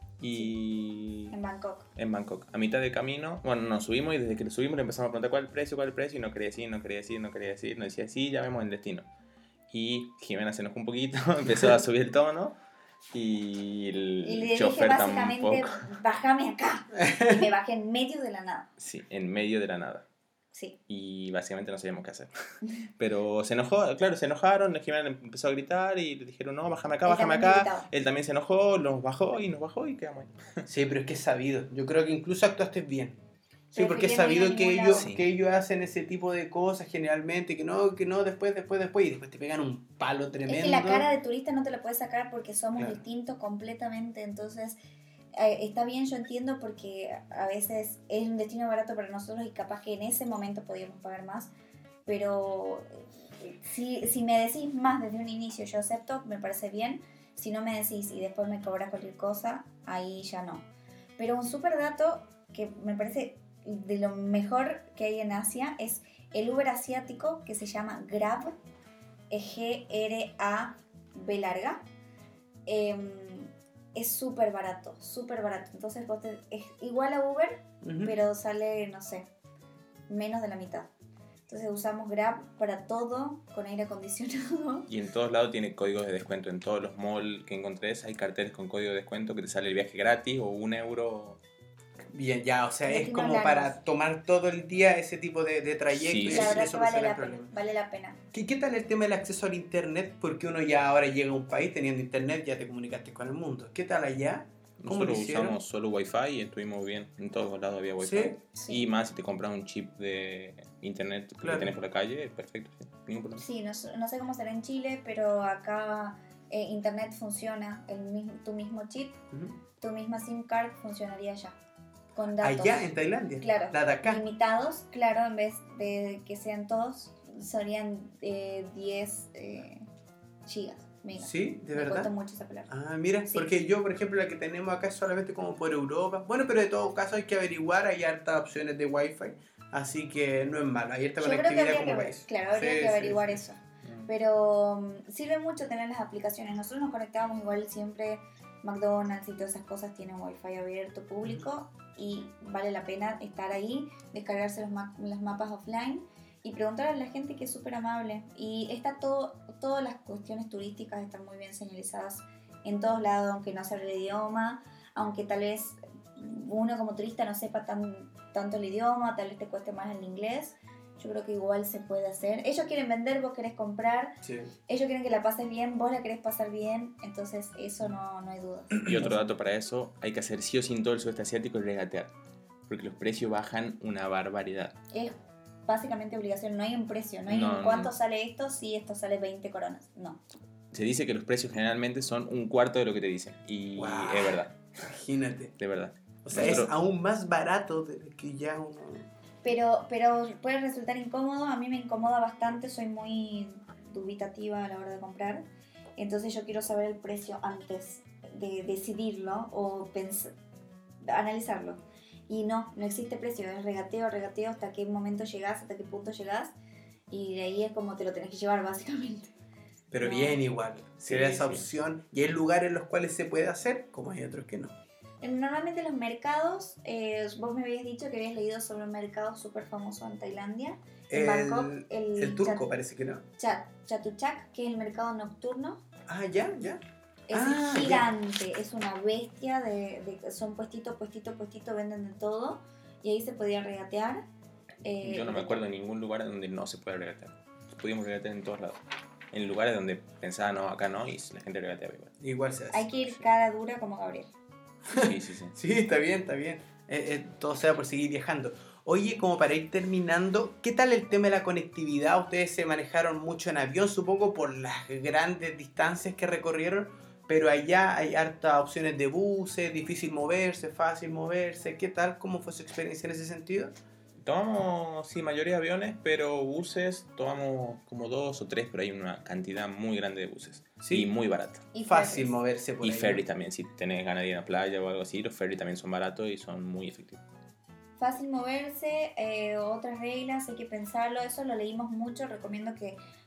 B: y...
C: En Bangkok.
B: En Bangkok. A mitad de camino, bueno, nos subimos y desde que nos subimos le empezamos a preguntar cuál es el precio, cuál es el precio, y no quería decir, no quería decir, no quería decir, nos decía, sí, ya vemos el destino. Y Jimena se enojó un poquito, empezó a subir el tono, y el
C: Y le dije
B: chofer
C: básicamente,
B: tampoco.
C: bájame acá. Y me bajé en medio de la nada.
B: Sí, en medio de la nada.
C: Sí.
B: Y básicamente no sabíamos qué hacer. Pero se enojó, claro, se enojaron, Jimena empezó a gritar y le dijeron, no, bájame acá,
C: Él
B: bájame
C: también
B: acá.
C: gritaba.
B: Él también se enojó, nos bajó y nos bajó y quedamos ahí.
A: Sí, pero es que es sabido. Yo creo que incluso actuaste bien. Sí,
C: Pero
A: porque es
C: que no
A: sabido
C: iba a
A: que
C: ningún
A: ellos,
B: lado. Sí.
A: que ellos hacen ese tipo de cosas generalmente, que no, que no, después, después, después, y después te pegan un palo tremendo.
C: Es que la cara de turista no te la puedes sacar porque somos
A: Claro.
C: distintos completamente, entonces eh, está bien, yo entiendo, porque a veces es un destino barato para nosotros y capaz que en ese momento podíamos pagar más, pero eh, si, si me decís más desde un inicio, yo acepto, me parece bien. Si no me decís y después me cobras cualquier cosa, ahí ya no. Pero un súper dato que me parece de lo mejor que hay en Asia es el Uber asiático, que se llama Grab, G R A B larga. Eh, es súper barato, súper barato. Entonces vos te- es igual a Uber,
A: Ujú.
C: pero sale, no sé, menos de la mitad. Entonces usamos Grab para todo, con aire acondicionado.
B: Y en todos lados tiene códigos de descuento. En todos los malls que encontres hay carteles con código de descuento que te sale el viaje gratis o un euro.
A: Bien, ya, o sea, es
C: Destinos
A: como
C: largos.
A: para tomar todo el día ese tipo de, de trayecto
B: Sí,
A: y
B: sí,
C: La
B: sí.
C: verdad
A: eso
C: que vale
A: resuelve
C: la
A: el
C: pena,
A: problema.
C: vale la pena.
A: ¿Qué, ¿Qué tal el tema del acceso al internet? Porque uno ya ahora llega a un país teniendo internet, ya te comunicaste con el mundo. ¿Qué tal allá? ¿Cómo
B: Nosotros
A: lo hicieron?
B: usamos solo Wi-Fi y estuvimos bien. En todos lados había Wi-Fi.
A: ¿Sí?
C: Sí.
B: Y más si te compras un chip de internet
A: Claro.
B: que tenés por la calle, perfecto. Sí, ningún problema.
C: Sí, no, no sé cómo será en Chile, pero acá eh, internet funciona, el mismo, tu mismo chip,
A: Ujú.
C: tu misma SIM card funcionaría ya, con datos
A: Allá en Tailandia.
C: Claro.
A: La de acá.
C: limitados, claro, en vez de que sean todos, serían eh, diez eh, gigas, megas.
A: Sí, de
C: Me cuesta
A: verdad.
C: mucho esa palabra.
A: Ah, mira,
C: Sí.
A: porque yo, por ejemplo, la que tenemos acá es solamente como por Europa. Bueno, pero de todo caso hay que averiguar, hay hartas opciones de Wi-Fi, así que no es malo, hay harta
C: Yo creo que
A: conectividad
C: habría que,
A: como
C: ver-
A: país.
C: claro, habría
A: Sí,
C: que
A: sí,
C: averiguar
A: sí.
C: eso.
B: Mm.
C: Pero mm, sirve mucho tener las aplicaciones. Nosotros nos conectábamos igual siempre, McDonald's y todas esas cosas tienen wifi abierto público y vale la pena estar ahí, descargarse los ma- las mapas offline y preguntar a la gente, que es súper amable. Y está todo, todas las cuestiones turísticas están muy bien señalizadas en todos lados, aunque no se hable el idioma, aunque tal vez uno como turista no sepa tan, tanto el idioma, tal vez te cueste más el inglés. Yo creo que igual se puede hacer. Ellos quieren vender, vos querés comprar.
A: Sí.
C: Ellos quieren que la pases bien, vos la querés pasar bien. Entonces eso no, no hay duda.
B: Y otro dato para eso, hay que hacer sí o sí en todo el sudeste asiático es regatear. Porque los precios bajan una barbaridad.
C: Es básicamente obligación, no hay un precio. No hay
B: No,
C: un
B: no,
C: cuánto
B: no.
C: sale esto si esto sale veinte coronas. No.
B: Se dice que los precios generalmente son un cuarto de lo que te dicen. Y
A: Wow.
B: es verdad,
A: Imagínate.
B: de verdad.
A: O sea,
B: Nosotros-
A: es aún más barato de que ya uno...
C: Pero, pero puede resultar incómodo. A mí me incomoda bastante. Soy muy dubitativa a la hora de comprar. Entonces yo quiero saber el precio antes de decidirlo o pens- analizarlo. Y no, no existe precio. Es regateo, regateo hasta qué momento llegás, hasta qué punto llegás. Y de ahí es como te lo tenés que llevar básicamente.
A: Pero
C: No.
A: bien igual. Sería
B: Sí,
A: esa
B: sí.
A: opción. Y hay lugares en los cuales se puede hacer, como hay otros que no.
C: Normalmente los mercados, eh, vos me habías dicho que habías leído sobre un mercado súper famoso en Tailandia, en
A: El,
C: Bangkok, el,
A: el turco
C: Chat-
A: parece que no.
C: Chat- Chatuchak, que es el mercado nocturno.
A: Ah, ya, ya.
C: Es
A: Ah, ya.
C: gigante, es una bestia, de, de- son puestitos, puestitos, puestitos, venden de todo, y ahí se podía regatear. eh,
B: Yo no me acuerdo de ningún lugar donde no se puede regatear. Pudimos regatear en todos lados. En lugares donde pensaba no, acá no, y la gente regateaba igual.
A: Igual se hace.
C: Hay que ir cara dura como Gabriel.
B: Sí, sí, sí.
A: Sí, está bien, está bien. Eh, eh, todo sea por seguir viajando. Oye, como para ir terminando, ¿qué tal el tema de la conectividad? Ustedes se manejaron mucho en avión, supongo, por las grandes distancias que recorrieron, pero allá hay hartas opciones de buses, difícil moverse, fácil moverse. ¿Qué tal? ¿Cómo fue su experiencia en ese sentido?
B: Tomamos, sí, mayoría aviones, pero buses tomamos como dos o tres, pero hay una cantidad muy grande de buses.
A: Sí.
B: Y muy barato.
C: Y
A: Fácil
C: ferries.
A: moverse por
B: Y
A: ahí,
B: ferry
A: ¿no?
B: también, si tenés ganas de ir a la playa o algo así, los ferry también son baratos y son muy efectivos.
C: Fácil moverse, eh, otras reglas, hay que pensarlo, eso lo leímos mucho, recomiendo que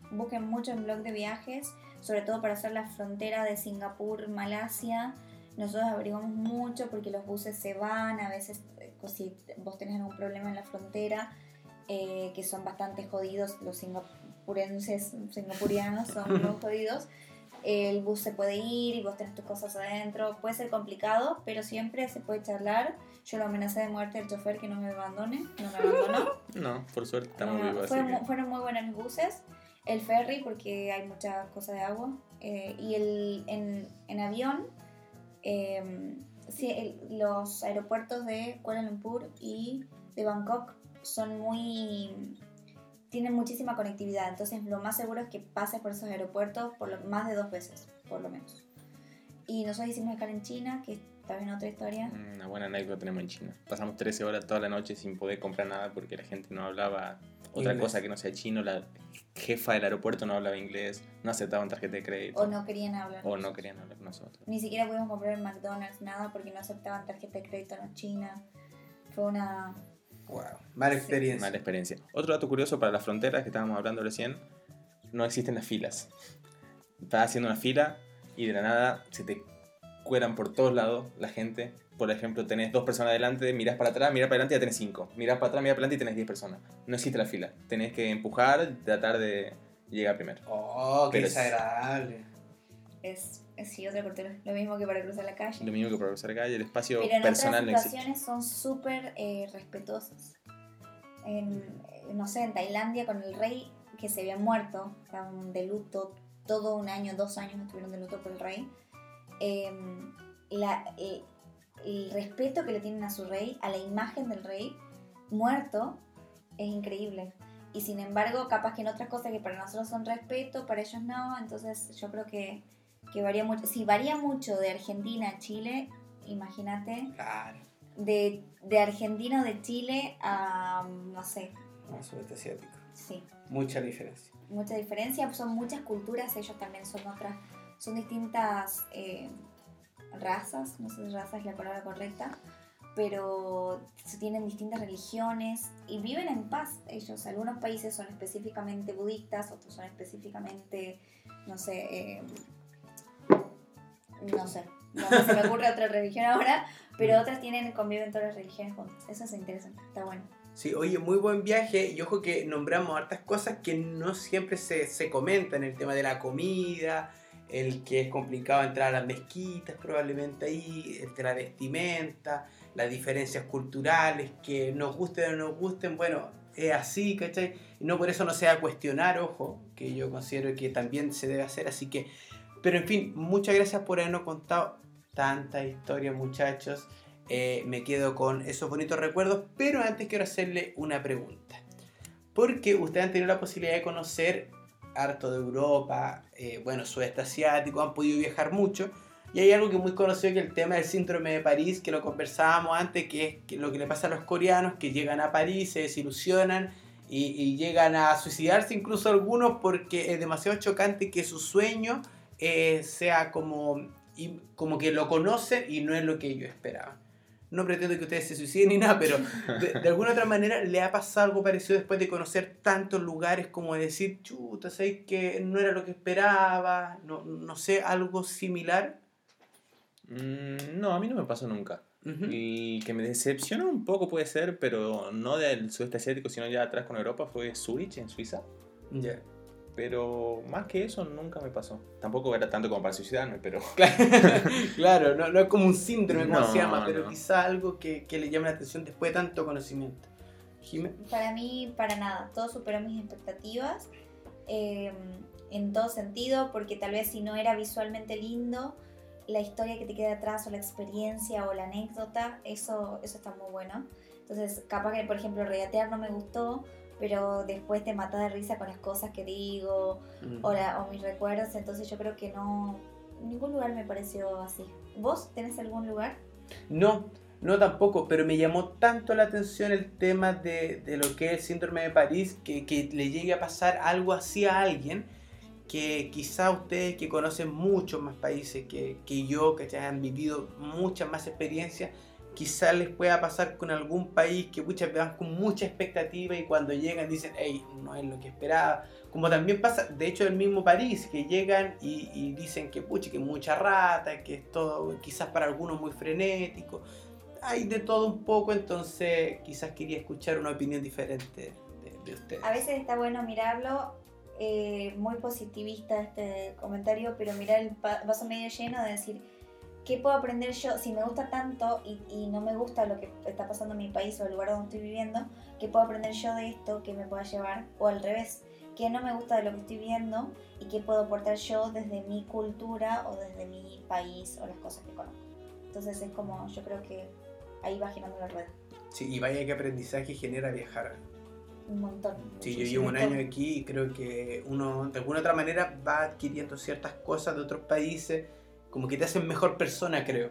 C: busquen mucho en blog de viajes, sobre todo para hacer la frontera de Singapur, Malasia. Nosotros averiguamos mucho porque los buses se van, a veces si vos tenés algún problema en la frontera, eh, que son bastante jodidos, los singapurenses, singapurianos son muy jodidos, el bus se puede ir y vos tenés tus cosas adentro, puede ser complicado, pero siempre se puede charlar. Yo lo amenacé de muerte al chofer que no me abandone, no me abandonó.
B: No, por suerte estamos
C: no,
B: vivos.
C: Fueron,
B: así que...
C: fueron muy buenos los buses. El ferry, porque hay muchas cosas de agua. Eh, y el, en, en avión, eh, sí, el, los aeropuertos de Kuala Lumpur y de Bangkok son muy... tienen muchísima conectividad. Entonces lo más seguro es que pases por esos aeropuertos por lo, más de dos veces, por lo menos. Y nosotros hicimos escala en China, que está bien otra historia.
B: Una buena anécdota tenemos en China. Pasamos trece horas toda la noche sin poder comprar nada porque la gente no hablaba otra
A: inglés.
B: cosa que no sea chino. La jefa del aeropuerto no hablaba inglés, no aceptaban tarjeta de crédito.
C: O no querían hablar.
B: O no querían hablar con nosotros.
C: Ni siquiera pudimos comprar en McDonald's nada porque no aceptaban tarjeta de crédito en China. Fue una...
A: Wow, mala experiencia.
B: Mala experiencia. Otro dato curioso para las fronteras que estábamos hablando recién, no existen las filas. Estás haciendo una fila y de la nada se te cuelan por todos lados la gente. Por ejemplo, tenés dos personas adelante, mirás para atrás, mirás para adelante y ya tenés cinco. Mirás para atrás, mirás para adelante y tenés diez personas. No existe la fila. Tenés que empujar, tratar de llegar primero.
A: Oh, qué
B: Pero es-
C: Es
A: desagradable.
C: Es sí, otra cultura. Lo mismo que para cruzar la calle.
B: Lo mismo que para cruzar calle, el espacio
C: Pero en
B: personal
C: otras
B: no existe.
C: situaciones son súper eh, respetuosos. En, eh, no sé, en Tailandia con el rey que se había muerto, estaban de luto, todo un año, dos años estuvieron de luto por el rey. Eh, la, el, el respeto que le tienen a su rey, a la imagen del rey muerto, es increíble. Y sin embargo, capaz que en otras cosas que para nosotros son respeto, para ellos no. Entonces yo creo que, que varía mucho. Si varía mucho de Argentina a Chile, imagínate,
A: Claro.
C: de, de Argentina o de Chile a, no sé,
A: No, sudeste asiático.
C: sí,
A: Mucha diferencia.
C: mucha diferencia. Son muchas culturas, ellos también son otras, son distintas eh, razas, no sé si raza es la palabra correcta, pero tienen distintas religiones y viven en paz ellos. Algunos países son específicamente budistas, otros son específicamente, no sé, eh, no sé, no se me ocurre otra religión ahora, pero otras tienen, conviven todas las religiones juntas. Eso es interesante, está bueno.
A: Sí, oye, muy buen viaje y ojo que nombramos hartas cosas que no siempre se, se comentan, el tema de la comida, el que es complicado entrar a las mezquitas probablemente ahí, el de la vestimenta, las diferencias culturales, que nos gusten o no nos gusten, bueno, es así, ¿cachai? Y no por eso no se va a cuestionar, ojo, que yo considero que también se debe hacer, así que, pero en fin, muchas gracias por habernos contado tantas historias, muchachos. Eh, me quedo con esos bonitos recuerdos, pero antes quiero hacerle una pregunta, porque ustedes han tenido la posibilidad de conocer harto de Europa, eh, bueno, sudeste asiático, han podido viajar mucho, y hay algo que es muy conocido, que es el tema del síndrome de París, que lo conversábamos antes, que es que lo que le pasa a los coreanos, que llegan a París, se desilusionan y, y llegan a suicidarse incluso algunos, porque es demasiado chocante que su sueño eh, sea como, y, como que lo conocen y no es lo que ellos esperaban. No pretendo que ustedes se suiciden ni nada, pero de, de alguna otra manera le ha pasado algo parecido después de conocer tantos lugares, como decir, chuta, ¿sabes que no era lo que esperaba? No, no sé, algo similar.
B: Mm, no, a mí no me pasó nunca.
A: Uh-huh.
B: Y que me decepcionó un poco puede ser, pero no del sudeste asiático, sino ya atrás con Europa, fue Zurich, en Suiza.
A: Ya. Yeah.
B: Pero más que eso nunca me pasó. Tampoco era tanto como para suicidarme, pero...
A: Claro, no, no es como un síndrome, como
B: No,
A: se llama, pero
B: no.
A: quizá algo que, que le llame la atención después de tanto conocimiento. Jimé.
C: Para mí, para nada, todo superó mis expectativas eh, en todo sentido, porque tal vez si no era visualmente lindo, la historia que te queda atrás o la experiencia o la anécdota, eso, eso está muy bueno. Entonces, capaz que, por ejemplo, regatear no me gustó, pero después te matas de risa con las cosas que digo
A: Mm.
C: o, la, o mis recuerdos, entonces yo creo que no, ningún lugar me pareció así. ¿Vos tenés algún lugar?
A: No, no tampoco, pero me llamó tanto la atención el tema de, de lo que es el síndrome de París, que, que le llegue a pasar algo así a alguien, que quizá ustedes que conocen muchos más países que, que yo, que ya han vivido muchas más experiencias, quizás les pueda pasar con algún país que muchas van con mucha expectativa y cuando llegan dicen, hey, no es lo que esperaba. Como también pasa, de hecho, el mismo París, que llegan y, y dicen que pucha, que mucha rata, que es todo quizás para algunos muy frenético. Hay de todo un poco, entonces quizás quería escuchar una opinión diferente de, de ustedes.
C: A veces está bueno mirarlo, eh, muy positivista este comentario, pero mirar el vaso medio lleno de decir, ¿qué puedo aprender yo? Si me gusta tanto y, y no me gusta lo que está pasando en mi país o el lugar donde estoy viviendo, ¿qué puedo aprender yo de esto que me pueda llevar? O al revés, ¿qué no me gusta de lo que estoy viendo y qué puedo aportar yo desde mi cultura o desde mi país o las cosas que conozco? Entonces es como, yo creo que ahí va girando la rueda.
A: Sí, y vaya que aprendizaje genera viajar.
C: Un montón.
A: Sí, yo llevo un año aquí y creo que uno de alguna otra manera va adquiriendo ciertas cosas de otros países, como que te hacen mejor persona, creo.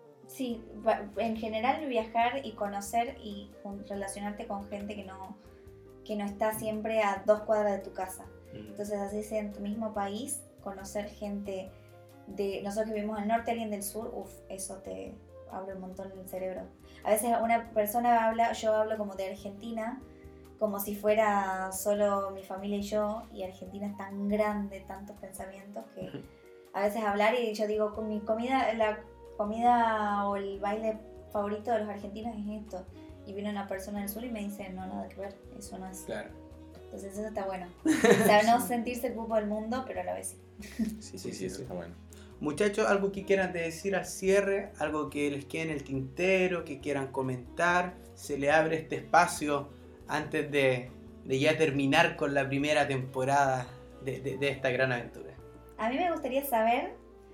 C: Sí, en general viajar y conocer y relacionarte con gente que no, que no está siempre a dos cuadras de tu casa. Mm. Entonces, así sea en tu mismo país, conocer gente de... Nosotros que vivimos al norte, alguien del sur, uff, eso te abre un montón el cerebro. A veces una persona habla, yo hablo como de Argentina, como si fuera solo mi familia y yo, y Argentina es tan grande, tantos pensamientos que... A veces hablar y yo digo, con mi comida, la comida o el baile favorito de los argentinos es esto. Y viene una persona del sur y me dice, no, nada que ver, eso no es.
A: Claro.
C: Entonces eso está bueno. O sea, no sentirse el pupo del mundo, pero a la vez sí.
B: Sí, sí, sí, eso está bueno.
A: Muchachos, algo que quieran decir al cierre, algo que les quede en el tintero, que quieran comentar, se le abre este espacio antes de, de ya terminar con la primera temporada de, de, de esta gran aventura.
C: A mí me gustaría saber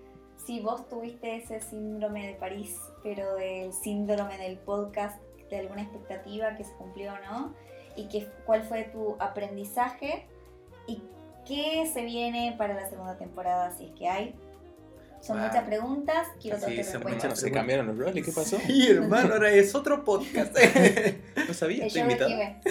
C: si vos tuviste ese síndrome de París, pero del síndrome del podcast, de alguna expectativa que se cumplió o no, y que, cuál fue tu aprendizaje y qué se viene para la segunda temporada, si es que hay. Son wow. muchas preguntas, quiero
B: sí,
C: todas tus respuestas.
B: ¿Se cambiaron los roles? ¿Qué pasó?
A: Sí, hermano, ahora es otro podcast.
B: No sabía,
C: estoy
B: invitado.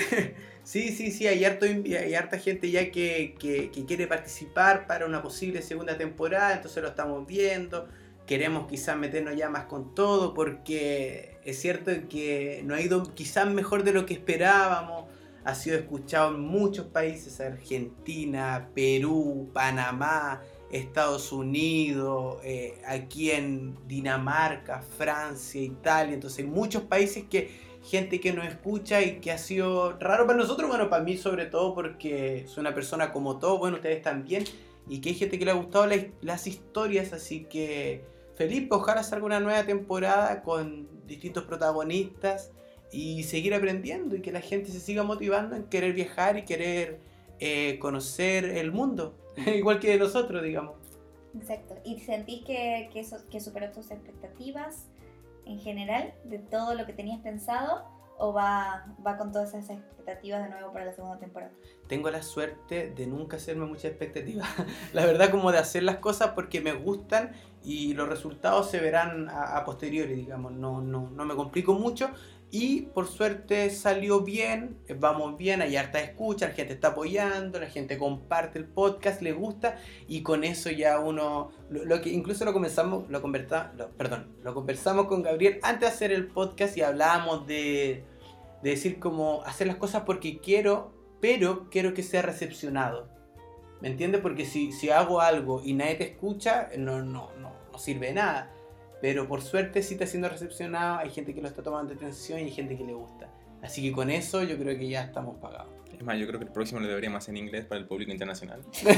A: Sí, sí, sí, hay, harto, hay harta gente ya que, que, que quiere participar para una posible segunda temporada, entonces lo estamos viendo. Queremos quizás meternos ya más con todo porque es cierto que nos ha ido quizás mejor de lo que esperábamos. Ha sido escuchado en muchos países, Argentina, Perú, Panamá, Estados Unidos, eh, aquí en Dinamarca, Francia, Italia. Entonces hay muchos países que... gente que nos escucha y que ha sido raro para nosotros, bueno, para mí sobre todo porque soy una persona como todos, bueno, ustedes también, y que hay gente que le ha gustado las, las historias, así que Felipe, ojalá salga una nueva temporada con distintos protagonistas y seguir aprendiendo y que la gente se siga motivando en querer viajar y querer eh, conocer el mundo, igual que nosotros, digamos.
C: Exacto, ¿y sentís que, que, eso, que superó tus expectativas en general de todo lo que tenías pensado o va, va con todas esas expectativas de nuevo para la segunda temporada?
A: Tengo la suerte de nunca hacerme muchas expectativas, la verdad, como de hacer las cosas porque me gustan y los resultados se verán a, a posteriori, digamos, no, no, no me complico mucho y por suerte salió bien, vamos bien, hay harta escucha, la gente está apoyando, la gente comparte el podcast, le gusta y con eso ya uno, lo, lo que incluso lo comenzamos, lo conversamos, lo, perdón, lo conversamos con Gabriel antes de hacer el podcast y hablábamos de, de decir como hacer las cosas porque quiero, pero quiero que sea recepcionado, ¿me entiendes? Porque si, si hago algo y nadie te escucha, no, no, no, no sirve de nada. Pero por suerte sí está siendo recepcionado, hay gente que lo está tomando atención y hay gente que le gusta. Así que con eso yo creo que ya estamos pagados.
B: Es más, yo creo que el próximo lo deberíamos hacer en inglés para el público internacional.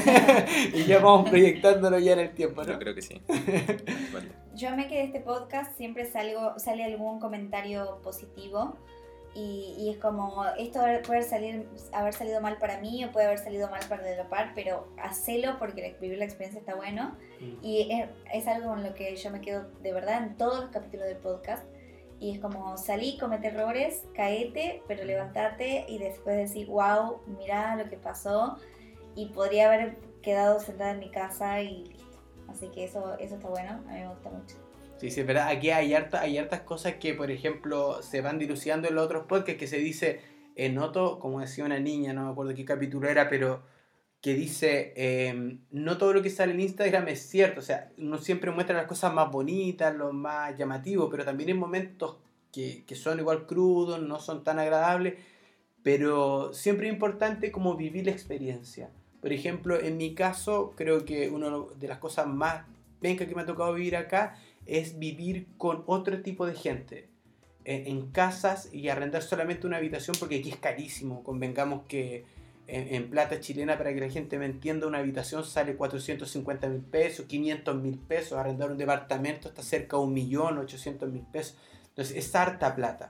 A: Y ya vamos proyectándolo ya en el tiempo, ¿no?
B: Yo creo que sí. Vale.
C: Yo amé que de este podcast siempre salgo, sale algún comentario positivo. Y, y es como, esto puede salir, haber salido mal para mí o puede haber salido mal para de la par, pero hacelo porque vivir la experiencia está bueno. Mm. Y es, es algo con lo que yo me quedo de verdad en todos los capítulos del podcast. Y es como, salí, comete errores, caete, pero levantate y después decir, wow, mirá lo que pasó. Y podría haber quedado sentada en mi casa y listo. Así que eso, eso está bueno, a mí me gusta mucho.
A: Sí, sí, es verdad. Aquí hay, harta, hay hartas cosas que, por ejemplo, se van dilucidando en los otros podcasts que se dice, eh, noto, como decía una niña, no me acuerdo qué capítulo era, pero que dice, eh, no todo lo que sale en Instagram es cierto. O sea, uno siempre muestra las cosas más bonitas, lo más llamativo, pero también hay momentos que, que son igual crudos, no son tan agradables, pero siempre es importante como vivir la experiencia. Por ejemplo, en mi caso, creo que una de las cosas más pencas que me ha tocado vivir acá es vivir con otro tipo de gente. En, en casas y arrendar solamente una habitación, porque aquí es carísimo. Convengamos que en, en plata chilena, para que la gente me entienda, una habitación sale cuatrocientos cincuenta mil pesos, quinientos mil pesos. Arrendar un departamento está cerca de un millón, ochocientos mil pesos. Entonces es harta plata.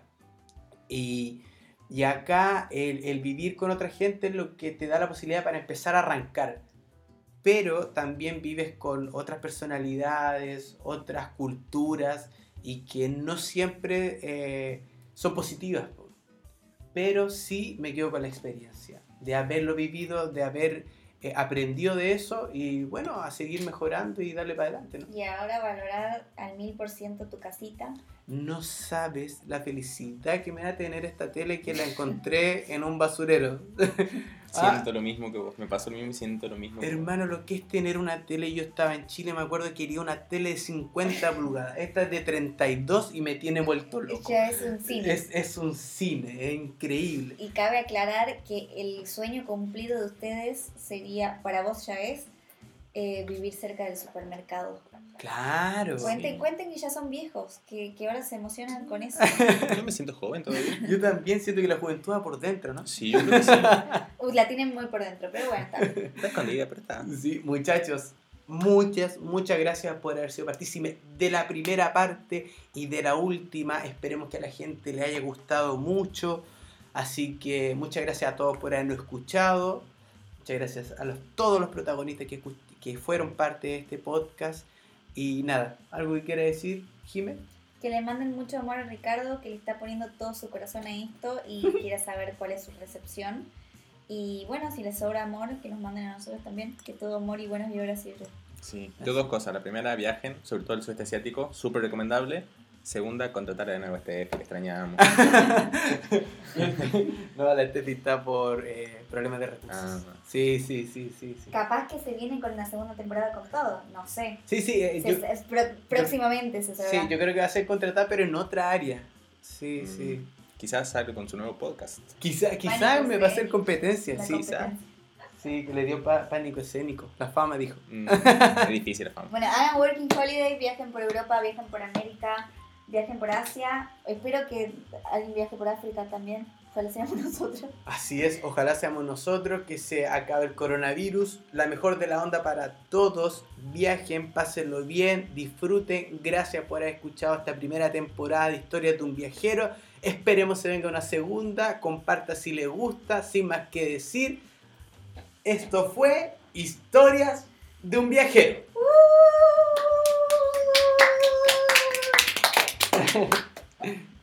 A: Y... Y acá el, el vivir con otra gente es lo que te da la posibilidad para empezar a arrancar. Pero también vives con otras personalidades, otras culturas, y que no siempre eh, son positivas. Pero sí me quedo con la experiencia de haberlo vivido, de haber eh, aprendido de eso y bueno, a seguir mejorando y darle para adelante, ¿no?
C: Y ahora valorar al mil por ciento tu casita.
A: No sabes la felicidad que me da tener esta tele, que la encontré en un basurero.
B: Siento ah, lo mismo que vos, me pasó lo mismo y siento lo mismo.
A: Hermano, lo que es tener una tele, yo estaba en Chile, me acuerdo que quería una tele de cincuenta pulgadas. Esta es de treinta y dos y me tiene vuelto loco.
C: Ya es un cine.
A: Es, es un cine, es increíble.
C: Y cabe aclarar que el sueño cumplido de ustedes sería, para vos ya es, eh, vivir cerca del supermercado.
A: Claro.
C: Cuenten,
A: sí.
C: cuenten que ya son viejos, que, que ahora se emocionan con eso.
B: Yo me siento joven todavía.
A: Yo también siento que la juventud va por dentro, ¿no?
B: Sí, yo creo que sí.
C: Uy, la tienen muy por dentro, pero bueno, está.
B: Está escondida, pero está.
A: Sí, muchachos, muchas, muchas gracias por haber sido partícipe de la primera parte y de la última. Esperemos que a la gente le haya gustado mucho. Así que muchas gracias a todos por habernos escuchado. Muchas gracias a los, todos los protagonistas que, que fueron parte de este podcast. Y nada, ¿algo que quiera decir, Jimé?
C: Que le manden mucho amor a Ricardo, que le está poniendo todo su corazón a esto y quiera saber cuál es su recepción. Y bueno, si les sobra amor, que nos manden a nosotros también, que todo amor y buenas vibras sirve.
B: Sí, yo dos cosas. La primera, viajen, sobre todo el sudeste asiático, súper recomendable. Segunda, contratar de nuevo a este que extrañábamos.
A: No, la Steffi está por eh, problemas de recursos. Ah, no. Sí, sí, sí, sí, sí.
C: Capaz que se vienen con la segunda temporada con todo, no sé.
A: Sí, sí. Eh,
C: se,
A: yo,
C: es, pro, próximamente
A: yo,
C: se sabrá.
A: Sí, yo creo que va a ser contratada, pero en otra área. Sí, mm. sí.
B: Quizás salga con su nuevo podcast.
A: Quizás quizá me va a hacer competencia, sí. Quizás. Sí, que le dio pa- pánico escénico. La fama, dijo.
B: Mm, es difícil la fama.
C: Bueno, hagan Working Holiday, viajen por Europa, viajen por América, viajen por Asia. Espero que alguien viaje por África también. Ojalá seamos nosotros.
A: Así es, ojalá seamos nosotros, que se acabe el coronavirus. La mejor de la onda para todos. Viajen, pásenlo bien, disfruten. Gracias por haber escuchado esta primera temporada de Historias de un Viajero. Esperemos se venga una segunda. Comparta si les gusta, sin más que decir. Esto fue Historias de un Viajero. Uh!